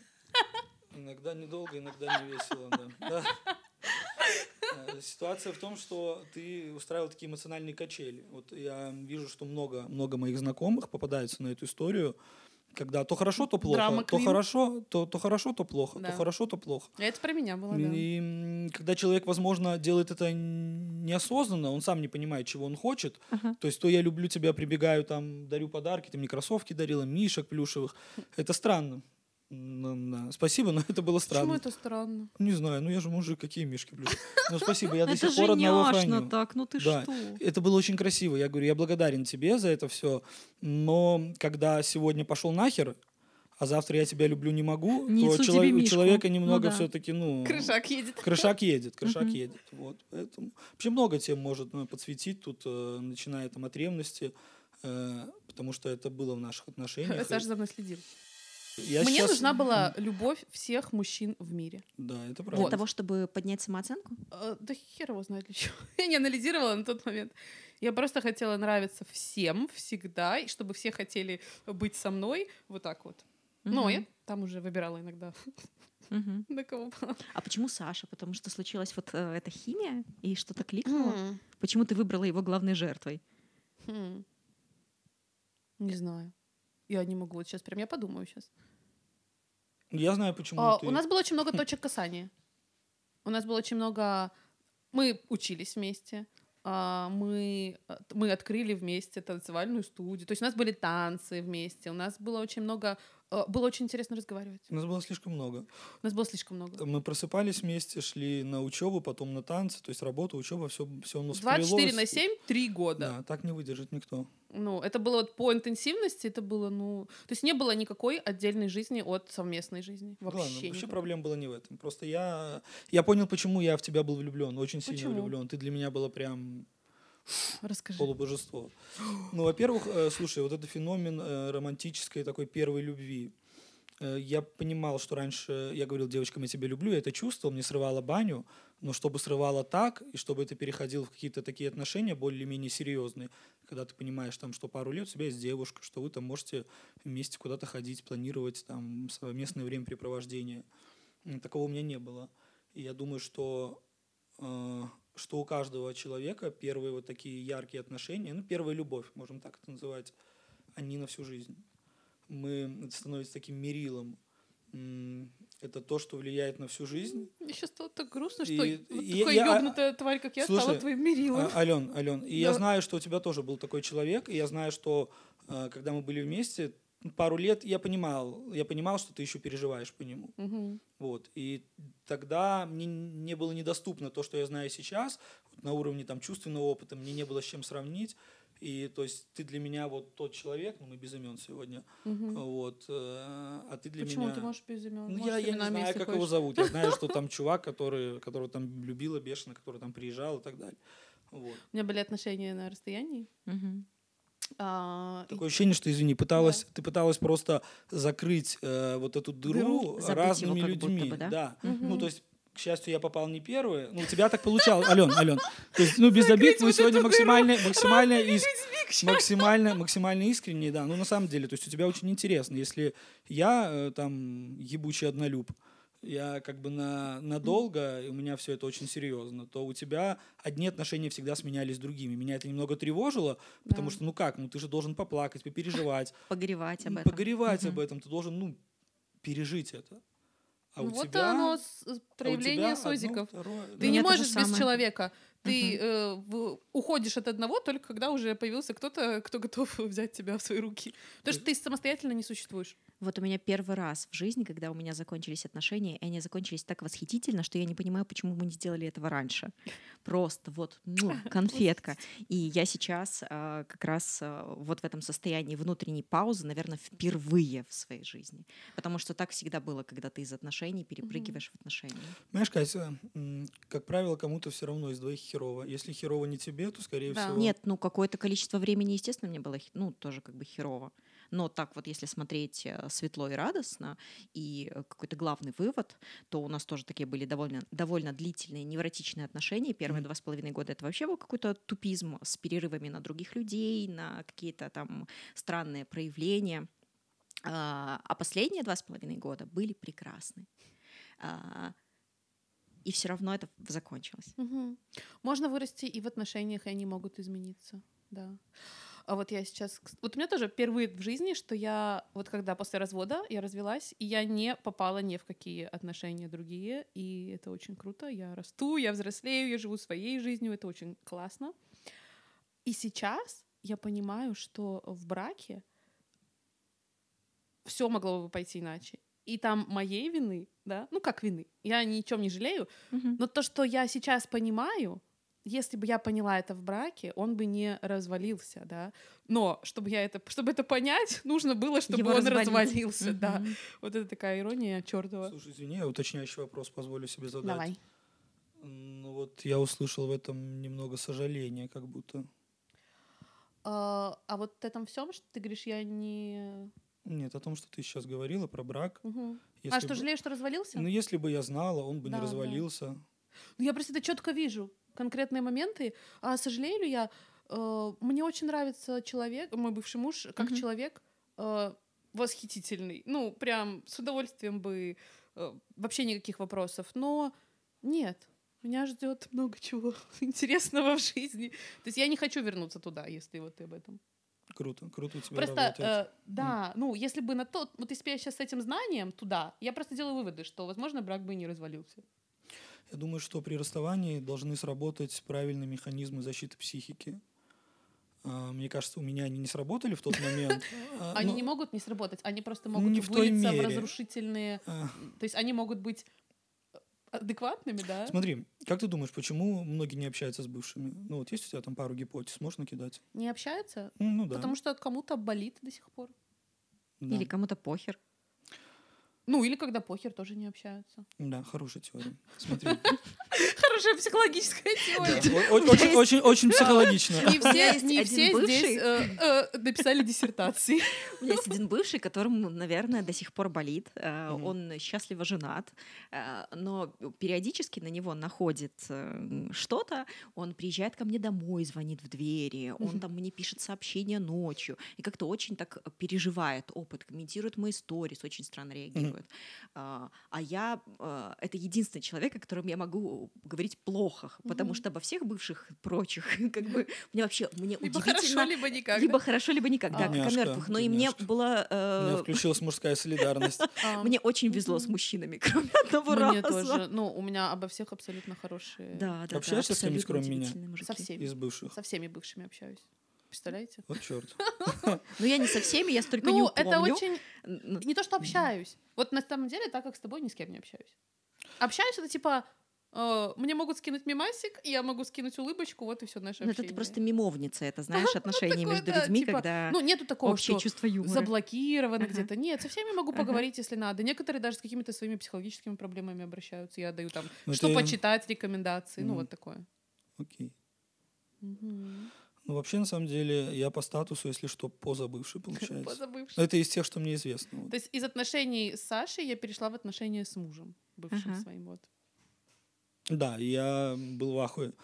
Иногда недолго, иногда не весело, да. Ситуация в том, что ты устраивал такие эмоциональные качели. Вот я вижу, что много моих знакомых попадаются на эту историю, когда то хорошо, то плохо, Драма то квин. хорошо, то хорошо, то плохо, Да. то хорошо, то плохо. Это про меня было, да. И когда человек, возможно, делает это неосознанно, он сам не понимает, чего он хочет. То есть то я люблю тебя, прибегаю, там, дарю подарки, ты мне кроссовки дарила, мишек плюшевых. Это странно. Да. Спасибо, но это было странно. Почему это странно? Не знаю, ну я же мужик, какие мишки плюшевые. Ну спасибо, я до Это сих же пор одного няшно храню. так, ну ты Да. что? Это было очень красиво. Я говорю, я благодарен тебе за это все. Но когда сегодня пошел нахер, а завтра я тебя люблю не могу, Несу то тебе у мишку. человека немного Ну да. все-таки, Крышак едет. крышак едет. Вот, поэтому вообще много тем может подсветить тут, начиная там от ревности, потому что это было в наших отношениях. Саша за мной следил. Я Мне сейчас- нужна была любовь всех мужчин в мире. Да, это Для правда. того, чтобы поднять самооценку? Да хер его знает для чего. Я не анализировала на тот момент. Я просто хотела нравиться всем всегда, и чтобы все хотели быть со мной. Вот так вот. Но я там уже выбирала иногда, Мгм. на кого было. А почему Саша? Потому что случилась вот эта химия и что-то кликнуло? Почему ты выбрала его главной жертвой? Не знаю. Я не могу вот сейчас прям, я подумаю сейчас. Я знаю, почему ты... У нас было очень много точек касания. У нас было очень много... Мы учились вместе. мы открыли вместе танцевальную студию. То есть у нас были танцы вместе, у нас было очень много... Было очень интересно разговаривать. У нас было слишком много. У нас было слишком много. Мы просыпались вместе, шли на учебу, потом на танцы, то есть работа, учеба, все у нас 24 на 7, 3 года. Да, так не выдержит никто. Ну, это было вот по интенсивности, это было, ну... То есть не было никакой отдельной жизни от совместной жизни. Вообще проблема была не в этом. Просто я понял, почему я в тебя был влюблен, очень сильно влюблен. Ты для меня была прям... Расскажи. Полубожество. Ну, во-первых, слушай, вот это феномен романтической такой первой любви. Я понимал, что раньше я говорил девочкам, я тебя люблю, я это чувствовал, мне срывало баню, но чтобы срывало так, и чтобы это переходило в какие-то такие отношения более-менее серьезные, когда ты понимаешь, там, что пару лет у тебя есть девушка, что вы там можете вместе куда-то ходить, планировать там совместное времяпрепровождение. Такого у меня не было. И я думаю, что у каждого человека первые вот такие яркие отношения, ну, первая любовь, можем так это называть, они на всю жизнь. Это становится таким мерилом. Это то, что влияет на всю жизнь. Мне сейчас стало так грустно, что такая ёбнутая тварь, как я, стала твоим мерилом. Ален, и я знаю, что у тебя тоже был такой человек, и я знаю, что когда мы были вместе, пару лет я понимал, что ты еще переживаешь по нему. Угу. Вот. И тогда мне не было недоступно то, что я знаю сейчас, вот на уровне там чувственного опыта, мне не было с чем сравнить. И то есть ты для меня вот тот человек, ну мы без имен сегодня, вот, а ты для Почему меня... ты можешь без имен? Ну, я не знаю, как его зовут. Я знаю, что там чувак, которого там любила бешено, который там приезжал и так далее. Вот. У меня были отношения на расстоянии. Такое ощущение, что, извини, ты пыталась просто закрыть вот эту дыру разными людьми. Бы, да? Да. Ну, то есть, к счастью, я попал не первый. Ну, у тебя так получалось, Ален. То есть, ну, без обид, мы сегодня максимально искренние, да. Ну, на самом деле, то есть, у тебя очень интересно. Если я там ебучий однолюб, я как бы надолго, и у меня все это очень серьезно, то у тебя одни отношения всегда сменялись другими. Меня это немного тревожило, потому что, ты же должен поплакать, попереживать. Погоревать об этом. Погоревать об этом. Ты должен, пережить это. А вот тебя, оно проявление созиков. Ты не можешь без человека. Ты уходишь от одного только когда уже появился кто-то, кто готов взять тебя в свои руки. Потому что ты самостоятельно не существуешь. Вот у меня первый раз в жизни, когда у меня закончились отношения, и они закончились так восхитительно, что я не понимаю, почему мы не сделали этого раньше. Просто конфетка. И я сейчас как раз вот в этом состоянии внутренней паузы, наверное, впервые в своей жизни. Потому что так всегда было, когда ты из отношений перепрыгиваешь в отношения. Знаешь, Катя, как правило, кому-то все равно из двоих херово. Если херово не тебе, то, скорее всего... Нет, какое-то количество времени, естественно, мне было, тоже как бы херово. Но так вот, если смотреть светло и радостно, и какой-то главный вывод, то у нас тоже такие были довольно длительные невротичные отношения. Первые 2,5 года это вообще был какой-то тупизм с перерывами на других людей, на какие-то там странные проявления. А последние 2,5 года были прекрасны. И все равно это закончилось. Можно вырасти и в отношениях, и они могут измениться. Да. А вот я сейчас... Вот у меня тоже впервые в жизни, что я... Вот когда после развода я развелась, и я не попала ни в какие отношения другие, и это очень круто. Я расту, я взрослею, я живу своей жизнью, это очень классно. И сейчас я понимаю, что в браке все могло бы пойти иначе. И там моей вины, да, как вины, я ни о чем не жалею, но то, что я сейчас понимаю, если бы я поняла это в браке, он бы не развалился, да. Но чтобы это понять, нужно было, чтобы он развалился, да. Вот это такая ирония чёртова. Слушай, извини, я уточняющий вопрос позволю себе задать. Давай. Ну вот я услышал в этом немного сожаления, как будто. А вот в этом всем, что ты говоришь, я не... Нет, о том, что ты сейчас говорила про брак. Что, жалеешь, что развалился? Ну, если бы я знала, он бы не развалился. Да. Ну, я просто это четко вижу. Конкретные моменты. А сожалею ли я? Мне очень нравится человек, мой бывший муж, как человек восхитительный. Ну, прям с удовольствием бы вообще никаких вопросов. Но нет, меня ждет много чего интересного в жизни. То есть я не хочу вернуться туда, если вот ты об этом. Круто у тебя просто, работает. Да, если бы на вот если бы я сейчас с этим знанием туда, я просто делаю выводы, что, возможно, брак бы и не развалился. Я думаю, что при расставании должны сработать правильные механизмы защиты психики. Мне кажется, у меня они не сработали в тот момент. Они не могут не сработать, они просто могут не в той вылиться в мере. разрушительные... То есть они могут быть адекватными, да? Смотри, как ты думаешь, почему многие не общаются с бывшими? Ну вот есть у тебя там пару гипотез, можешь накидать? Не общаются? Ну да. Потому что кому-то болит до сих пор. Да. Или кому-то похер. Ну, или когда похер, тоже не общаются. Да, хорошая теория. Смотри. Хорошая психологическая теория. Очень психологично. Не все здесь написали диссертации. У меня есть один бывший, которому, наверное, до сих пор болит. Он счастливо женат, но периодически на него находит что-то. Он приезжает ко мне домой, звонит в двери, он там мне пишет сообщения ночью и как-то очень так переживает опыт, комментирует мои сторис, очень странно реагирует. А я это единственный человек, о котором я могу говорить плохо, потому что обо всех бывших прочих как бы мне Либо удивительно... хорошо, либо никак. Либо хорошо, либо никак, да, как о Бедняжка, мертвых. Но и мне было... У меня включилась мужская солидарность. Мне очень везло с мужчинами, кроме одного Мне раза. тоже. Ну, у меня обо всех абсолютно хорошие. Да. Общаешься с кем-нибудь, абсолютно кроме меня? удивительные мужики. Со всеми. Из бывших. Со всеми бывшими общаюсь. Представляете? Вот черт. Ну, я не со всеми, я столько не Ну, упомню. это очень... Не то, что общаюсь. Вот на самом деле, так как с тобой ни с кем не общаюсь. Общаюсь, это типа... Мне могут скинуть мемасик, я могу скинуть улыбочку, вот и все наше Ну, общение. это ты просто мимовница, это, знаешь, отношения такое, между да, людьми, типа, когда Ну, нету такого, общее что чувство юмора. заблокировано Ага. где-то. Нет, со всеми могу поговорить, если надо. Некоторые даже с какими-то своими психологическими проблемами обращаются. Я даю там, Ну, что это- почитать, рекомендации, ну, Мгм. вот такое. Окей. Мгм. Ну, вообще, на самом деле, я по статусу, если что, позабывший, получается. Позабывший. Это из тех, что мне известно. Вот. То есть из отношений с Сашей я перешла в отношения с мужем, бывшим Ага. своим, вот. Да, я был в ахуе.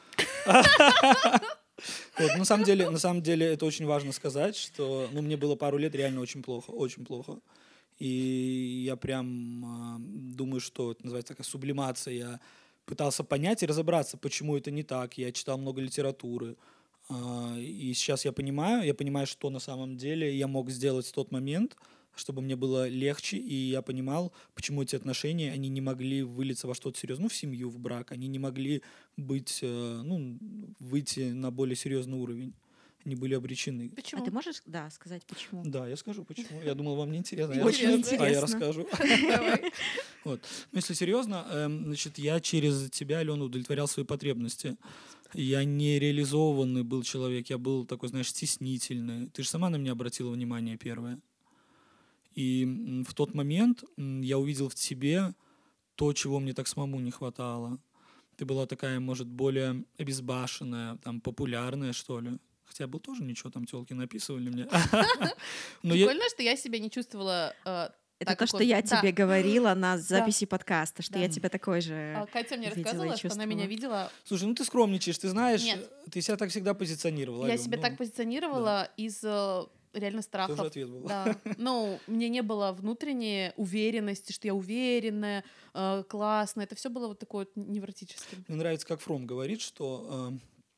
Вот, на самом деле, это очень важно сказать, что мне было пару лет реально очень плохо, очень плохо. И я прям думаю, что это называется такая сублимация. Я пытался понять и разобраться, почему это не так. Я читал много литературы. И сейчас я понимаю, что на самом деле я мог сделать в тот момент, чтобы мне было легче, и я понимал, почему эти отношения, они не могли вылиться во что-то серьезное, ну, в семью, в брак, они не могли быть, выйти на более серьезный уровень. Они были обречены. Почему? А ты можешь, сказать, почему? Да, я скажу, почему. Я думал, вам не интересно. Очень А я интересно. расскажу. Давай. Вот. Ну, если серьезно, значит, я через тебя, Алена, удовлетворял свои потребности. Я не реализованный был человек, я был такой, знаешь, стеснительный. Ты же сама на меня обратила внимание первое. И в тот момент я увидел в тебе то, чего мне так самому не хватало. Ты была такая, может, более обезбашенная, там, популярная, что ли. Хотя был тоже ничего, там тёлки написывали мне. Но я- Прикольно, что я себя не чувствовала... Это так то, как что вот- я да. тебе говорила на записи подкаста, что Да. я тебя такой же... Катя мне видела и рассказывала, что она меня чувствовала. видела. Слушай, ты скромничаешь, ты знаешь, Нет. ты себя так всегда позиционировала. Я Алён, себя так позиционировала из реально страхов. Тоже ответ был. Да. Ну, мне не было внутренней уверенности, что я уверенная, классная. Это все было вот такое вот невротическим. Мне нравится, как Фром говорит, что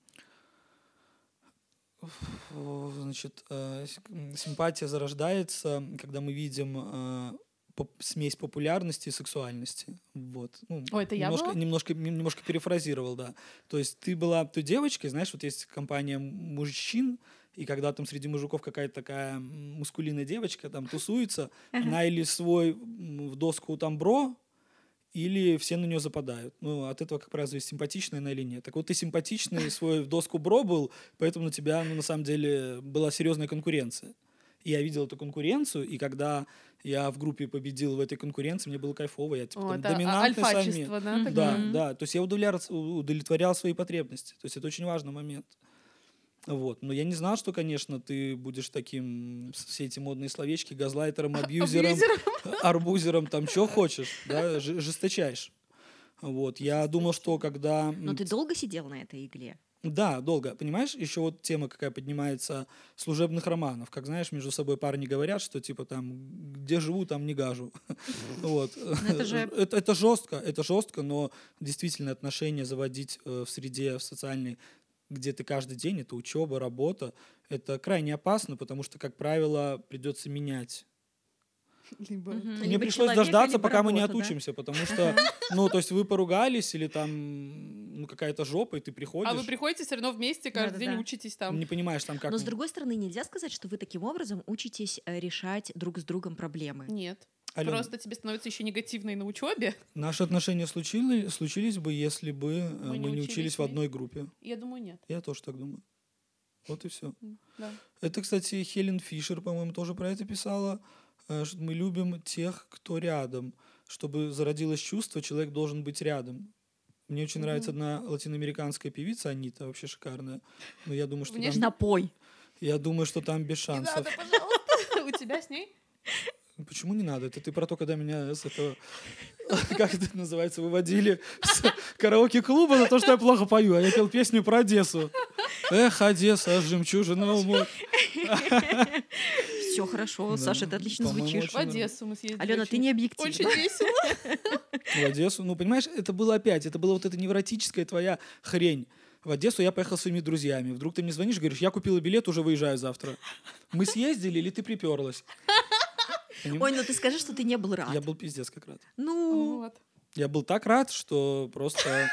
значит, симпатия зарождается, когда мы видим смесь популярности и сексуальности. Вот. Ну, О, это я была? немножко перефразировал, да. То есть ты была той девочкой, знаешь, вот есть компания мужчин, и когда там среди мужиков какая-то такая мускулинная девочка там тусуется, она или свой в доску там бро, или все на нее западают. Ну, от этого, как правило, зависит, симпатичная она или нет. Так вот, ты симпатичный, свой в доску бро был, поэтому на тебя, на самом деле, была серьезная конкуренция. И я видел эту конкуренцию, и когда я в группе победил в этой конкуренции, мне было кайфово. Я типа там Это доминантный самец. альфачество, да? такое? Да, да. То есть я удовлетворял свои потребности. То есть это очень важный момент. Вот. Но я не знал, что, конечно, ты будешь таким, все эти модные словечки, газлайтером, абьюзером, арбузером, там, что хочешь, да, жесточайшь. Вот. Я думал, что когда... Но ты долго сидел на этой игле? Да, долго. Понимаешь, еще вот тема какая поднимается служебных романов. Как, знаешь, между собой парни говорят, что типа там, где живу, там не гажу. Вот. Это жестко, но действительно отношения заводить в среде, в социальной, где ты каждый день, это учеба, работа, это крайне опасно, потому что, как правило, придется менять Либо... Мгм. Мне Либо пришлось человека, дождаться, либо пока мы не работа, да? отучимся, потому что, ну, то есть вы поругались или там, ну, какая-то жопа, и ты А вы приходишь, приходите все равно вместе, каждый день Да-да-да. учитесь там. не понимаешь там, как... Но с другой стороны, нельзя сказать, что вы таким образом учитесь решать друг с другом проблемы. Нет. Алён, Просто тебе становится еще негативно и на учебе. наши отношения случились бы, если бы Мы не мы не учились учились в вместе. одной группе. Я думаю, нет. Я тоже так думаю. Вот и все. Да. Это, кстати, Хелен Фишер, по-моему, тоже про это писала, что мы любим тех, кто рядом. Чтобы зародилось чувство, человек должен быть рядом. Мне очень нравится одна латиноамериканская певица, Анита, вообще шикарная. Но я думаю, что Внешне там, Напой. я думаю, что там без Не шансов. надо, пожалуйста. У тебя с ней? Почему не надо? Это ты про то, когда меня с этого, как это называется, выводили с караоке-клуба за то, что я плохо пою. А я пел песню про Одессу. Эх, Одесса, жемчужина умот. Все хорошо, Да, Саша, ты отлично по-моему, звучишь. В Одессу мы съездили. Алена, ты не объективна. Очень весело. В Одессу. Ну, понимаешь, это было вот эта невротическая твоя хрень. В Одессу я поехал со своими друзьями. Вдруг ты мне звонишь и говоришь, я купила билет, уже выезжаю завтра. Мы съездили или ты приперлась? Ой, ну ты скажи, что ты не был рад. Я был пиздец как рад. Ну, Вот. Я был так рад, что просто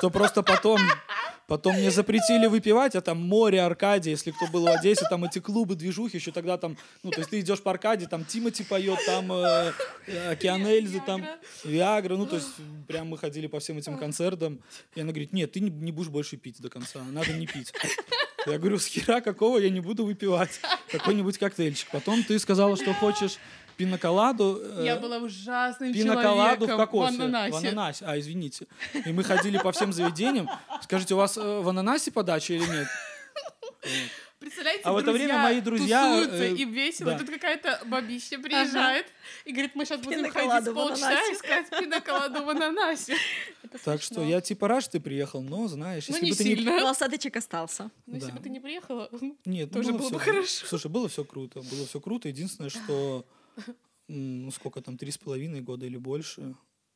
потом мне запретили выпивать, а там море, Аркадия, если кто был в Одессе, там эти клубы, движухи, еще тогда там, ну, то есть ты идешь по Аркадии, там Тимати поет, там Океан Эльзы, там Виагра, ну, то есть прям мы ходили по всем этим концертам, и она говорит, нет, ты не будешь больше пить до конца, надо не пить. Я говорю, с хера какого я не буду выпивать, какой-нибудь коктейльчик. Потом ты сказала, что хочешь пиноколаду. Я была ужасным Пиноколаду в человеком. кокосе. В ананасе. В ананасе. А, извините. И мы ходили по всем заведениям. Скажите, у вас в ананасе подача или нет? Представляете, А в это время мои друзья, тусуются, и весело. да. Тут какая-то бабища приезжает и говорит, мы сейчас будем ходить Пиноколаду в полчаса ананасе. искать пиноколаду в ананасе. Так что я типа рад, что ты приехал, но знаешь, Ну, если не бы ты не... сильно. ну, осадочек остался. Но если Да. бы ты не приехала, Нет, тоже было бы хорошо. Слушай, было все круто. Было все круто. Единственное, что... Ну, сколько там, 3,5 года или больше.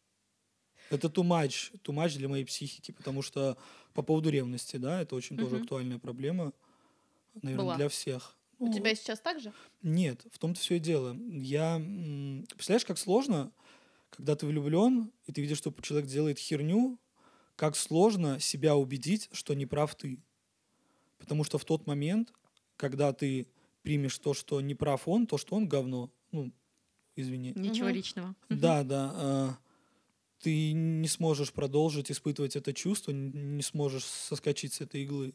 Это too much для моей психики, потому что по поводу ревности, да, это очень тоже актуальная проблема, наверное, Была. для всех. У Ну, тебя сейчас так же? Нет, в том-то все и дело. Представляешь, как сложно, когда ты влюблен, и ты видишь, что человек делает херню, как сложно себя убедить, что не прав ты. Потому что в тот момент, когда ты примешь то, что не прав он, то, что он говно, ну, извини. Ничего личного. Да, ты не сможешь продолжить испытывать это чувство, не сможешь соскочить с этой иглы.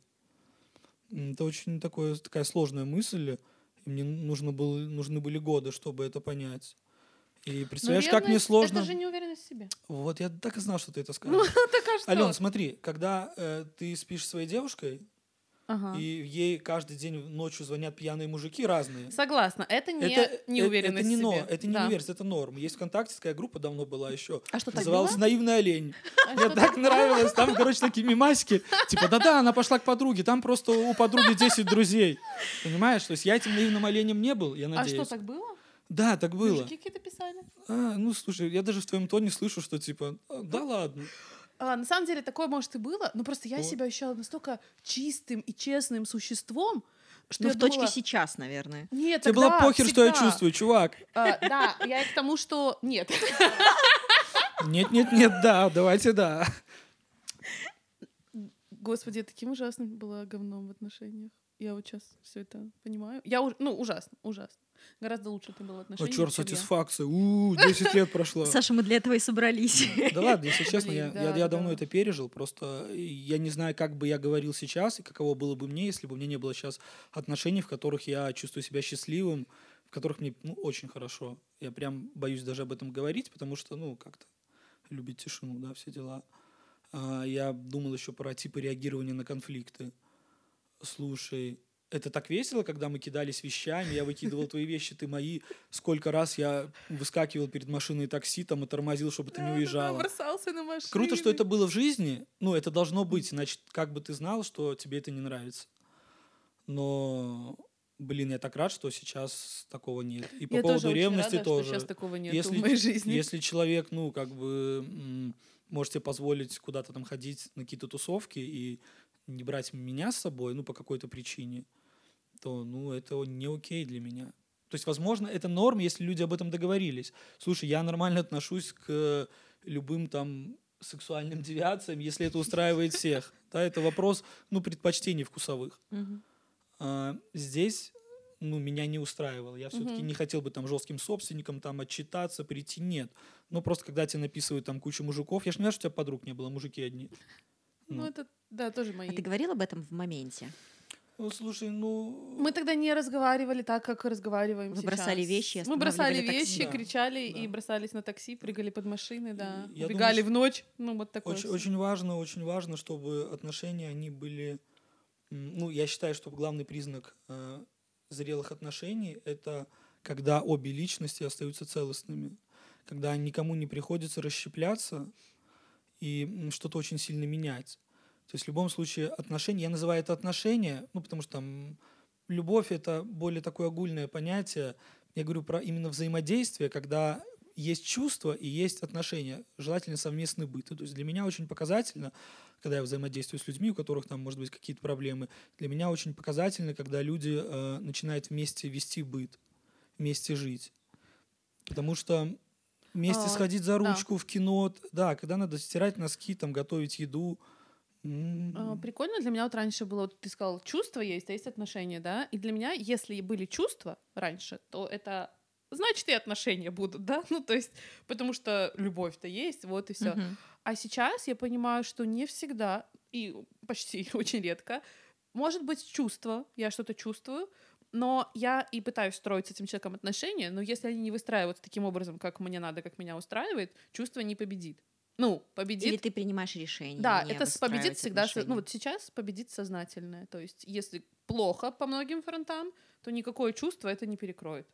Это очень такая сложная мысль, и мне нужны были годы, чтобы это понять. И представляешь, как мне сложно... Это же неуверенность в себе. Вот я так и знал, что ты это скажешь. Ну, так а что? Ален, смотри, когда ты спишь со своей девушкой, Ага. и ей каждый день ночью звонят пьяные мужики разные. Согласна, это не неуверенность это не в себе. это не Да. неуверенность, это норм. Есть ВКонтакте такая группа, давно была еще. А что, так Называлась было? «Наивный олень». А Мне что так нравилось. Там, короче, такие мемасики. Типа, да-да, она пошла к подруге. Там просто у подруги 10 друзей. Понимаешь? То есть я этим наивным оленем не был, я А надеюсь. что, так было? Да, так было. Мужики какие-то писали? Ну, слушай, я даже в твоем тоне слышу, что типа, да ладно. На самом деле такое, может, и было, но просто я Вот. себя ощущала настолько чистым и честным существом, что Ну, я в точке думала, сейчас, наверное. нет, Тебе тогда, было похер, что я всегда. чувствую, чувак. Да, я и к тому, что нет. Нет, да, давайте да. Господи, я таким ужасным была говном в отношениях. Я вот сейчас все это понимаю. Ужасно. Гораздо лучше ты был в Ну, отношениях, черт, чем я. сатисфакция. 10 лет прошло. Саша, мы для этого и собрались. Да ладно, если честно, Блин, я давно да. это пережил, просто я не знаю, как бы я говорил сейчас, и каково было бы мне, если бы у меня не было сейчас отношений, в которых я чувствую себя счастливым, в которых мне очень хорошо. Я прям боюсь даже об этом говорить, потому что, как-то любить тишину, да, все дела. Я думал еще про типы реагирования на конфликты. Слушай, это так весело, когда мы кидались вещами, я выкидывал твои вещи, ты мои. Сколько раз я выскакивал перед машиной такси там и тормозил, чтобы ты не уезжала. Бросался на машину. Круто, что это было в жизни. Это должно быть, иначе как бы ты знал, что тебе это не нравится. Но, блин, я так рад, что сейчас такого нет. И по Я поводу тоже очень ревности рада, тоже. что сейчас такого нет Если, в моей жизни. если человек, может себе позволить куда-то там ходить на какие-то тусовки и не брать меня с собой, по какой-то причине, то, это не окей для меня. То есть, возможно, это норм, если люди об этом договорились. Слушай, я нормально отношусь к любым там сексуальным девиациям, если это устраивает всех. Да, это вопрос, предпочтений вкусовых. Здесь, меня не устраивало. Я все-таки не хотел бы там жестким собственником там отчитаться, прийти. Нет. Просто когда тебе написывают там кучу мужиков, я же не знаю, что у тебя подруг не было, мужики одни. Это, да, тоже мои. А ты говорил об этом в моменте? Слушай, Мы тогда не разговаривали так, как разговариваем сейчас. Вы бросали вещи, Мы бросали останавливали вещи, такси. кричали и бросались на такси, прыгали под машины, да. Я Убегали думаю, в ночь. Вот такое. очень важно, чтобы отношения, они были... я считаю, что главный признак зрелых отношений — это когда обе личности остаются целостными, когда никому не приходится расщепляться и что-то очень сильно менять. То есть в любом случае отношения, я называю это отношения, потому что там любовь — это более такое огульное понятие. Я говорю про именно взаимодействие, когда есть чувства и есть отношения, желательно совместный быт. То есть для меня очень показательно, когда я взаимодействую с людьми, у которых там, может быть, какие-то проблемы, для меня очень показательно, когда люди начинают вместе вести быт, вместе жить. Потому что вместе сходить за ручку в кино, да, когда надо стирать носки, там, готовить еду. Прикольно для меня вот раньше было, ты сказал, чувства есть, а есть отношения, да? И для меня, если были чувства раньше, то это значит и отношения будут, да? То есть, потому что любовь-то есть, вот и все. А сейчас я понимаю, что не всегда, и почти очень редко, может быть чувство, я что-то чувствую, но я и пытаюсь строить с этим человеком отношения, но если они не выстраиваются таким образом, как мне надо, как меня устраивает, чувство не победит. Победит... Или ты принимаешь решение. Да, это победит всегда... Отношения. вот сейчас победит сознательное. То есть если плохо по многим фронтам, то никакое чувство это не перекроет.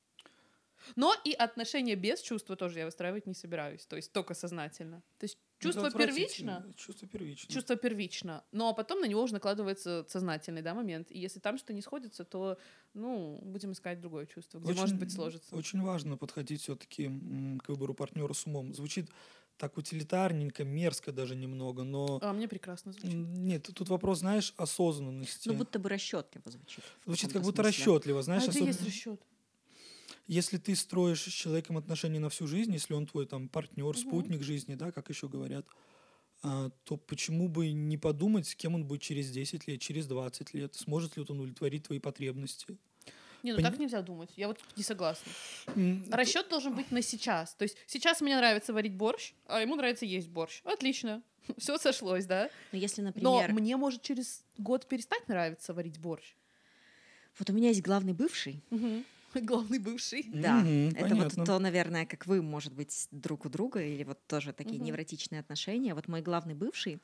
Но и отношения без чувства тоже я выстраивать не собираюсь. То есть только сознательно. То есть чувство первично. Чувство первично. Но потом на него уже накладывается сознательный, да, момент. И если там что-то не сходится, то, будем искать другое чувство, где, может быть, сложится. Очень важно подходить все-таки к выбору партнера с умом. Звучит так утилитарненько, мерзко даже немного, но... А мне прекрасно звучит. Нет, тут вопрос, знаешь, осознанности. Будто бы расчетливо звучит. Звучит как будто расчетливо, знаешь. А где есть расчет? Если ты строишь с человеком отношения на всю жизнь, если он твой там партнер, спутник жизни, да, как еще говорят, то почему бы не подумать, с кем он будет через 10 лет, через 20 лет, сможет ли он удовлетворить твои потребности? Так нельзя думать. Я вот не согласна. Расчет должен быть на сейчас. То есть сейчас мне нравится варить борщ, а ему нравится есть борщ. Отлично. Все сошлось, да? Но если, например... Но мне может через год перестать нравиться варить борщ. Вот у меня есть главный бывший. Главный бывший. Да, это понятно. вот то, наверное, как вы, может быть, друг у друга, или вот тоже такие невротичные отношения. Вот мой главный бывший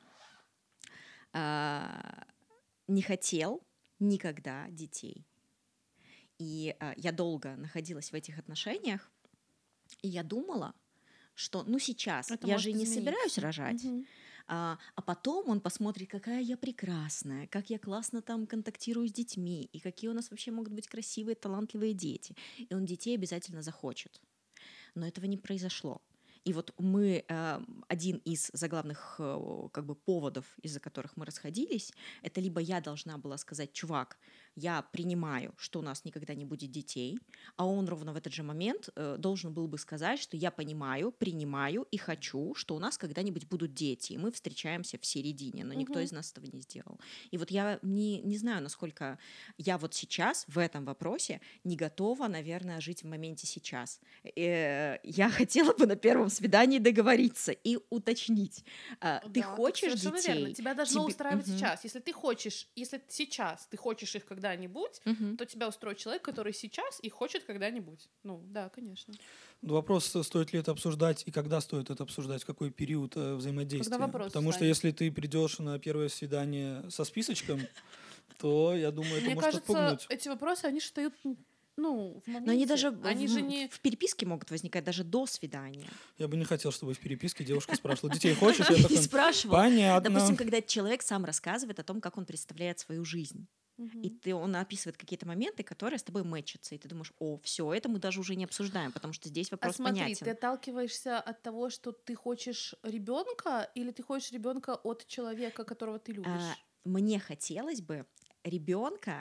не хотел никогда детей. И я долго находилась в этих отношениях, и я думала, что сейчас это я же не измениться. Собираюсь рожать, а потом он посмотрит, какая я прекрасная, как я классно там контактирую с детьми, и какие у нас вообще могут быть красивые, талантливые дети. И он детей обязательно захочет. Но этого не произошло. И вот мы, один из заглавных поводов, из-за которых мы расходились, это либо я должна была сказать: чувак, я принимаю, что у нас никогда не будет детей, а он ровно в этот же момент должен был бы сказать, что я понимаю, принимаю и хочу, что у нас когда-нибудь будут дети, и мы встречаемся в середине, но никто из нас этого не сделал. И вот я не знаю, насколько я вот сейчас в этом вопросе не готова, наверное, жить в моменте сейчас. Я хотела бы на первом свидании договориться и уточнить. Ты хочешь детей? Совершенно верно. Тебя должно устраивать сейчас. Если сейчас ты хочешь их когда-нибудь, то тебя устроит человек, который сейчас их хочет когда-нибудь. Да, конечно. Вопрос, стоит ли это обсуждать и когда стоит это обсуждать, в какой период взаимодействия. Когда вопрос Потому что если ты придешь на первое свидание со списочком, то, я думаю, это может отпугнуть. Мне кажется, эти вопросы, они встают... в моменте. Но они даже не... в переписке могут возникать даже до свидания. Я бы не хотел, чтобы в переписке девушка спрашивала: детей хочешь? Я не спрашивала. Понятно. Допустим, когда человек сам рассказывает о том, как он представляет свою жизнь. И он описывает какие-то моменты, которые с тобой мэчатся. И ты думаешь: все, это мы даже уже не обсуждаем, потому что здесь вопрос понятен. Смотри, ты отталкиваешься от того, что ты хочешь ребенка, или ты хочешь ребенка от человека, которого ты любишь? Мне хотелось бы ребенка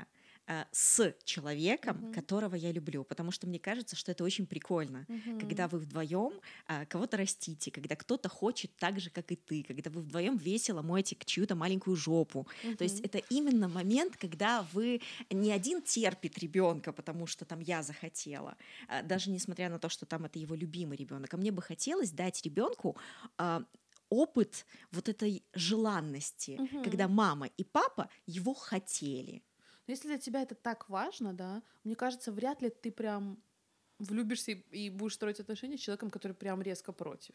с человеком, которого я люблю, потому что мне кажется, что это очень прикольно, когда вы вдвоем кого-то растите, когда кто-то хочет так же, как и ты, когда вы вдвоем весело моете чью-то маленькую жопу. То есть это именно момент, когда вы не один терпит ребенка, потому что там я захотела, даже несмотря на то, что там это его любимый ребенок, а мне бы хотелось дать ребенку опыт вот этой желанности, когда мама и папа его хотели. Но если для тебя это так важно, да, мне кажется, вряд ли ты прям влюбишься и будешь строить отношения с человеком, который прям резко против.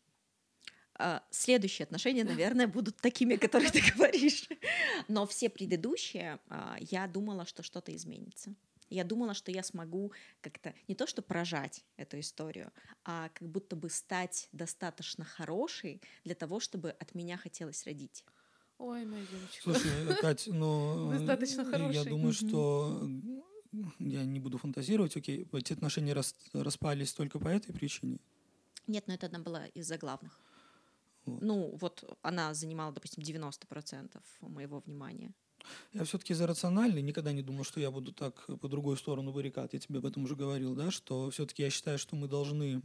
Следующие отношения, наверное, будут такими, которые ты говоришь. Но все предыдущие, я думала, что что-то изменится. Я думала, что я смогу как-то не то что прожать эту историю, а как будто бы стать достаточно хорошей для того, чтобы от меня хотелось родить. Ой, моя девочка. Слушай, Кать, Достаточно хороший. Я думаю, что я не буду фантазировать, окей, эти отношения распались только по этой причине? Нет, но это одна была из-за главных. Вот. Ну, вот она занимала, допустим, 90% моего внимания. Я все-таки за рациональный, никогда не думал, что я буду так по другую сторону баррикад. Я тебе об этом уже говорил, да, что все-таки я считаю, что мы должны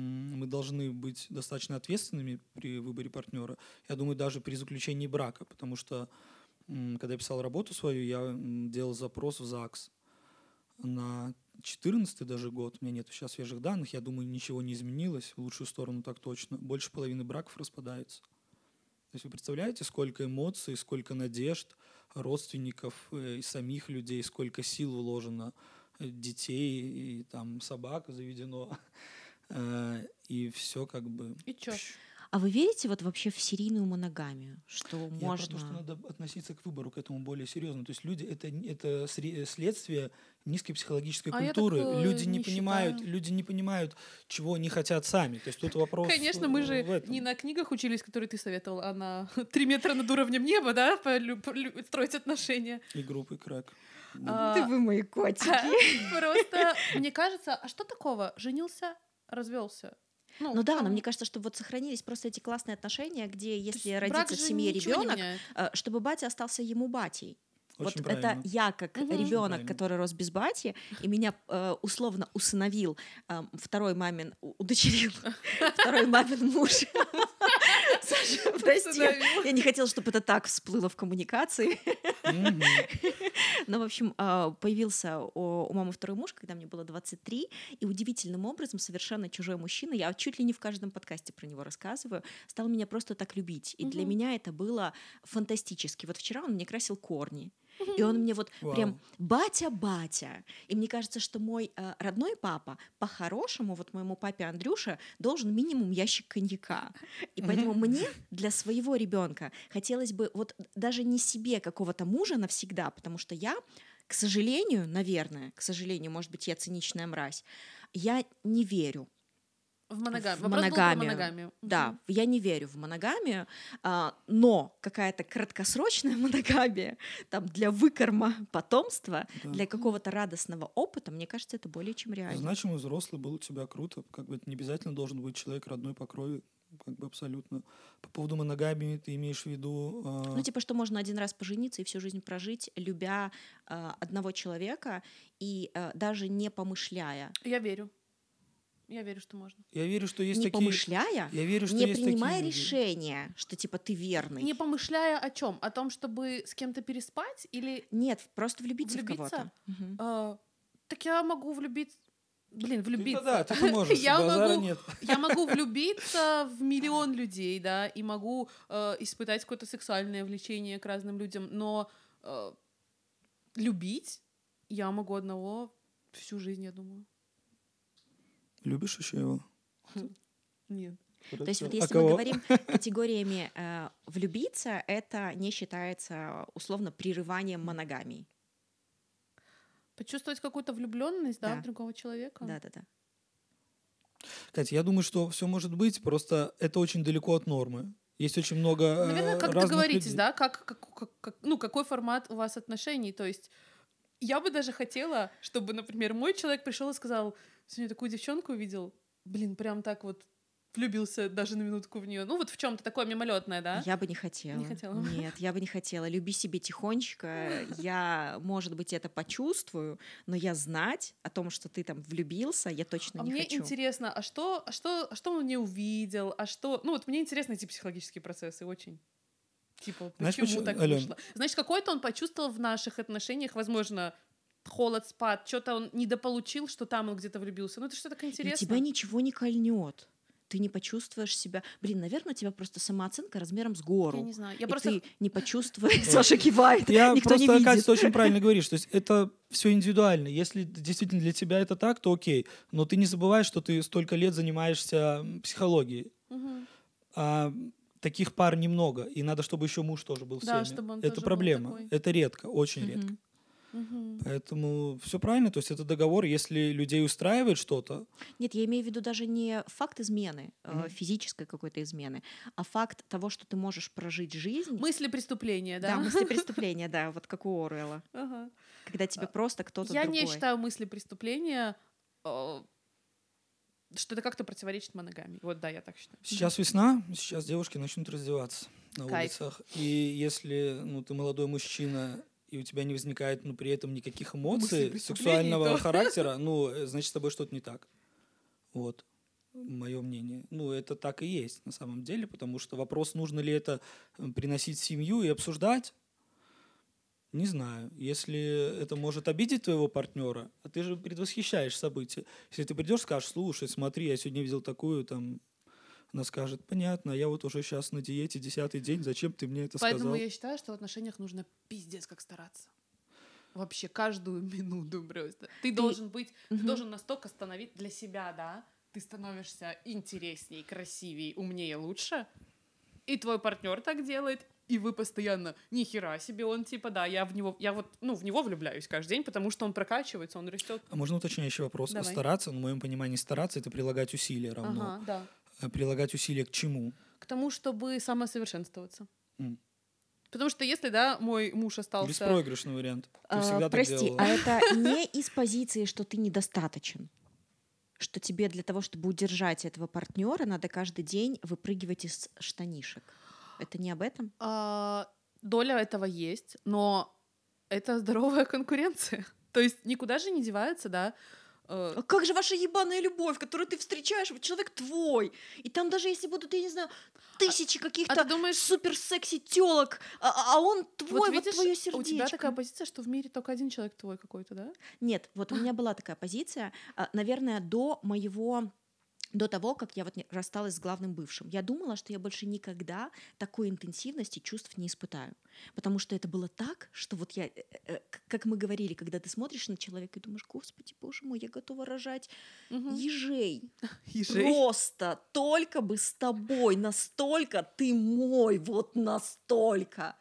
быть достаточно ответственными при выборе партнера. Я думаю, даже при заключении брака, потому что когда я писал работу свою, я делал запрос в ЗАГС на 14-й даже год. У меня нет сейчас свежих данных, я думаю, ничего не изменилось, в лучшую сторону так точно. Больше половины браков распадается. То есть вы представляете, сколько эмоций, сколько надежд родственников и самих людей, сколько сил вложено, детей и там собак заведено, и все как бы... И чё? А вы верите вот вообще в серийную моногамию? Что Я можно... про то, что надо относиться к выбору, к этому более серьезно. То есть люди это следствие низкой психологической культуры. Люди не понимают, чего они хотят сами. То есть тут вопрос. Конечно, мы же не на книгах учились, которые ты советовал, а на 3 метра над уровнем неба, да, строить отношения. И группы крэк. Ты вы мои котики. Просто мне кажется, а что такого? Женился, развелся. Ну да, но мне кажется, что вот сохранились просто эти классные отношения, где если родится в семье ребенок, чтобы батя остался ему батей. Очень вот правильно. Это я как ребенок, который рос без бати, и меня условно усыновил второй мамин, удочерил второй мамин муж. Саша, прости, я не хотела, чтобы это так всплыло в коммуникации. Но, в общем, появился у мамы второй муж, когда мне было 23, и удивительным образом совершенно чужой мужчина, я чуть ли не в каждом подкасте про него рассказываю, стал меня просто так любить. И для меня это было фантастически. Вот вчера он мне красил корни. И он мне вот прям батя-батя. И мне кажется, что мой родной папа по-хорошему, вот моему папе Андрюше, должен минимум ящик коньяка. И поэтому мне для своего ребенка хотелось бы вот даже не себе какого-то мужа навсегда, потому что я, к сожалению, наверное, может быть, я циничная мразь, я не верю в моногамию. В моногамию. Да, я не верю в моногамию, но какая-то краткосрочная моногамия там, для выкорма потомства, для какого-то радостного опыта, мне кажется, это более чем реально. Значимый взрослый был у тебя круто. Как бы это не обязательно должен быть человек родной по крови. Как бы абсолютно. По поводу моногамии ты имеешь в виду... Ну, типа, что можно один раз пожениться и всю жизнь прожить, любя одного человека и даже не помышляя. Я верю. Я верю, что можно. Я верю, что есть не такие... помышляя, я верю, что не есть принимая такие решения, что типа ты верный. Не помышляя о чем? О том, чтобы с кем-то переспать или... Нет, просто влюбиться в кого-то. Так я могу влюбиться... влюбиться. Да, ты можешь, нет. Я могу влюбиться в миллион людей, да, и могу испытать какое-то сексуальное влечение к разным людям, но любить я могу одного всю жизнь, я думаю. Любишь еще его? Нет. То есть вот если мы говорим категориями влюбиться, это не считается условно прерыванием моногамии. Почувствовать какую-то влюбленность, да, в другого человека. Да. Катя, я думаю, что все может быть, просто это очень далеко от нормы. Есть очень много наверное, как разных договоритесь, людей. да, какой формат у вас отношений. То есть я бы даже хотела, чтобы, например, мой человек пришел и сказал: сегодня такую девчонку увидел, прям так вот влюбился даже на минутку в нее. Ну, вот в чем-то такое мимолетное, да? Я бы не хотела. Не хотела? Нет, я бы не хотела. Люби себе тихонечко. Я, может быть, это почувствую, но я знать о том, что ты там влюбился, я точно не мне хочу. интересно, а что он не увидел, а что... Ну, вот мне интересны эти психологические процессы очень. Типа, Знаешь, почему так Алён, вышло? Значит, какой-то он почувствовал в наших отношениях, возможно, холод, спад, что-то он недополучил, что там он где-то влюбился. Ну, это что-то И интересно. тебя ничего не кольнет. Ты не почувствуешь себя... Блин, наверное, у тебя просто самооценка размером с гору. Я не знаю. И просто... ты не почувствуешь... Саша кивает, Я никто не просто, видит. Катя, ты очень правильно говоришь. То есть это все индивидуально. Если действительно для тебя это так, то окей. Но ты не забывай, что ты столько лет занимаешься психологией. Мгм. А таких пар немного. И надо, чтобы еще муж тоже был в Да, теме. чтобы он Это тоже был проблема. такой. Это редко, очень Мгм. редко. Мгм. Поэтому все правильно. То есть это договор. Если людей устраивает что-то, Нет, я имею в виду даже не факт измены, Мгм. физической какой-то измены, а факт того, что ты можешь прожить жизнь. Мысли преступления, Да, да? мысли преступления, да, вот как у Оруэлла. Ага. Когда тебе просто кто-то Я другой. не считаю мысли преступления, что это как-то противоречит моногамии. Вот да, я так считаю. сейчас весна, сейчас девушки начнут раздеваться на Кайф. улицах. И если ты молодой мужчина, и у тебя не возникает при этом никаких эмоций преступлений, сексуального то- характера, значит, с тобой что-то не так. Вот. Мое мнение. Это так и есть на самом деле, потому что вопрос, нужно ли это приносить в семью и обсуждать, не знаю. Если это может обидеть твоего партнера, а ты же предвосхищаешь события. Если ты придешь, скажешь: слушай, смотри, я сегодня видел такую, там, она скажет: понятно, я вот уже сейчас на диете 10-й день, зачем ты мне это Поэтому сказал? я считаю, что в отношениях нужно пиздец как стараться. Вообще каждую минуту просто. Ты должен быть, ты должен настолько становить для себя, да? Ты становишься интересней, красивей, умнее, лучше. И твой партнер так делает, и вы постоянно, ни хера себе, он типа, да, я в него влюбляюсь каждый день, потому что он прокачивается, он растет. А можно уточняющий вопрос? Давай. Стараться, в моем понимании, стараться — это прилагать усилия равно. Ага, да. А прилагать усилия к чему? К тому, чтобы самосовершенствоваться. М. Потому что если, да, мой муж Или остался... беспроигрышный вариант. Ты всегда так Прости, делала. а это не из позиции, что ты недостаточен? Что тебе для того, чтобы удержать этого партнера, надо каждый день выпрыгивать из штанишек? Это не об этом? Доля этого есть, но это здоровая конкуренция. То есть никуда же не девается, да. А как же ваша ебаная любовь, которую ты встречаешь, вот человек твой, и там даже если будут, я не знаю, тысячи каких-то ты думаешь- супер-секси тёлок, а он твой, вот видишь, твое у сердечко. тебя такая позиция, что в мире только один человек твой какой-то, да? Нет, вот у меня была такая позиция, наверное, до того, как я вот рассталась с главным бывшим. Я думала, что я больше никогда такой интенсивности чувств не испытаю. Потому что это было так, что вот я, как мы говорили, когда ты смотришь на человека и думаешь: господи, боже мой, я готова рожать ежей. Просто только бы с тобой, настолько ты мой, вот настолько.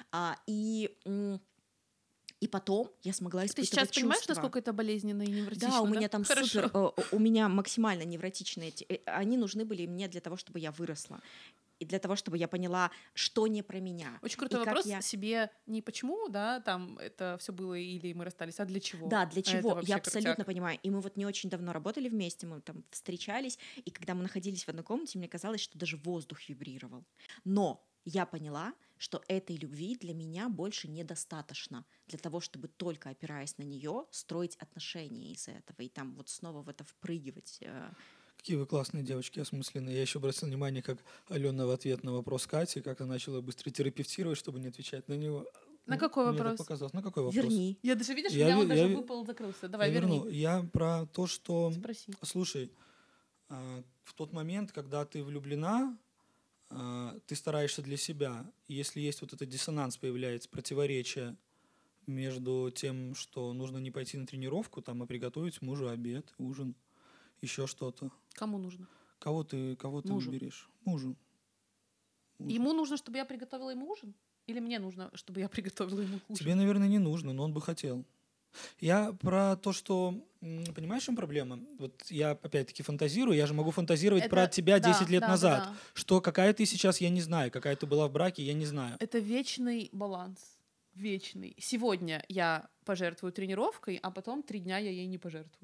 И потом я смогла Ты испытывать сейчас понимаешь, чувства. насколько это болезненно и невротично? Да, у меня там Хорошо. у меня максимально невротичные, они нужны были мне для того, чтобы я выросла. И для того, чтобы я поняла, что не про меня. Очень крутой И как вопрос себе не почему, да, там это все было или мы расстались, а для чего? Да, для Это чего? вообще Я абсолютно крутяк. понимаю. И мы вот не очень давно работали вместе, мы там встречались, и когда мы находились в одной комнате, мне казалось, что даже воздух вибрировал. Но я поняла, что этой любви для меня больше недостаточно для того, чтобы только опираясь на нее строить отношения из этого и там вот снова в это впрыгивать. Какие вы классные девочки, осмысленные. Я еще обратил внимание, как Алена в ответ на вопрос Кати, как она начала быстро терапевтировать, чтобы не отвечать на него. На какой Мне так вопрос? показалось. На какой вопрос? Верни. Я даже, видишь, Я у меня он ви- даже я ви- выпал, закрылся. Давай, Я верни. верну. Я про то, что... Спроси. Слушай, в тот момент, когда ты влюблена, ты стараешься для себя. И если есть вот этот диссонанс появляется, противоречие между тем, что нужно не пойти на тренировку, там, а приготовить мужу обед, ужин, еще что-то. Кому нужно? Кого ты Мужу. выберешь? Мужу. Ему нужно, чтобы я приготовила ему ужин? Или мне нужно, чтобы я приготовила ему ужин? Тебе, наверное, не нужно, но он бы хотел. Я про то, что... Понимаешь, в чем проблема? Вот я, опять-таки, фантазирую. Я же могу фантазировать про тебя 10 лет назад. Да. Что какая ты сейчас, я не знаю. Какая ты была в браке, я не знаю. Это вечный баланс. Вечный. Сегодня я пожертвую тренировкой, а потом 3 дня я ей не пожертвую.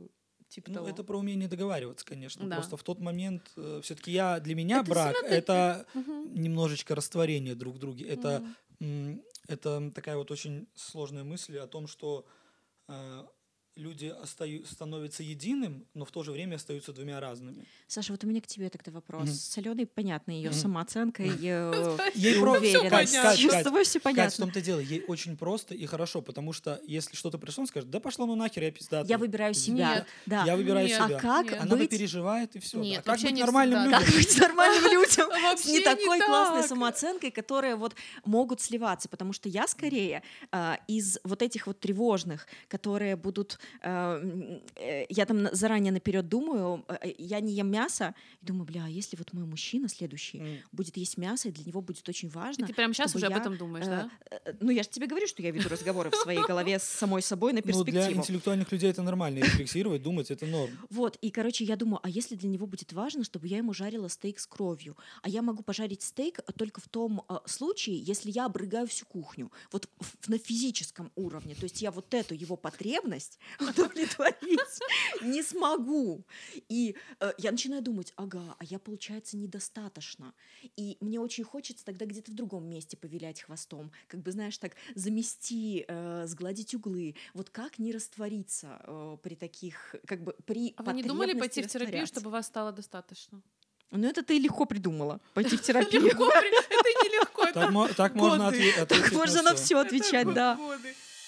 типа Ну, того. это про умение договариваться, конечно. Да. Просто в тот момент все-таки для меня Это брак всё равно это Мгм. немножечко растворение друг в друге. Мгм. Это такая вот очень сложная мысль о том, что э, люди становятся единым, но в то же время остаются двумя разными. Саша, вот у меня к тебе тогда вопрос. Мгм. С Аленой понятно ее Мгм. самооценка и Ей просто уверенность. понятно. С тобой все Кать, в понятно. том-то и дело, ей очень просто и хорошо, потому что если что-то пришло, он скажет, да пошла ну нахер, я пиздатый. Я выбираю себя. Нет. Да. Я выбираю Нет. себя. А как Нет. Она быть... переживает и все. Нет, А как вообще быть не нормальным всегда. людям? Как быть нормальным людям с Вообще не не такой классной так. самооценкой, которые вот могут сливаться, потому что я скорее из вот этих вот тревожных, которые будут, я там заранее наперед думаю, я не ем мясо, и думаю, бля, а если вот мой мужчина следующий будет есть мясо, и для него будет очень важно. Ты прямо сейчас чтобы уже об я, этом думаешь, да? Ну, я же тебе говорю, что я веду разговоры в своей голове с самой собой на Ну, для перспективу. интеллектуальных людей это нормально, рефлексировать, думать, это норм. Вот, и, короче, я думаю, а если для него будет важно, чтобы я ему жарила стейк с кровью? А я могу пожарить стейк только в том случае, если я обрыгаю всю кухню. Вот на физическом уровне. То есть я вот эту его потребность удовлетворить не смогу. И я начинаю думать, ага, а я, получается, недостаточно. И мне очень хочется тогда где-то в другом месте повилять хвостом. Как бы, знаешь, так замести, сгладить углы. Вот как не раствориться при таких, как бы, при А вы не думали потребности пойти в терапию, растворяться? чтобы вас стало достаточно? Ну, это ты легко придумала. Пойти в терапию. Это нелегко, Так можно годы. ответить Так можно на всё. все отвечать, это да. годы.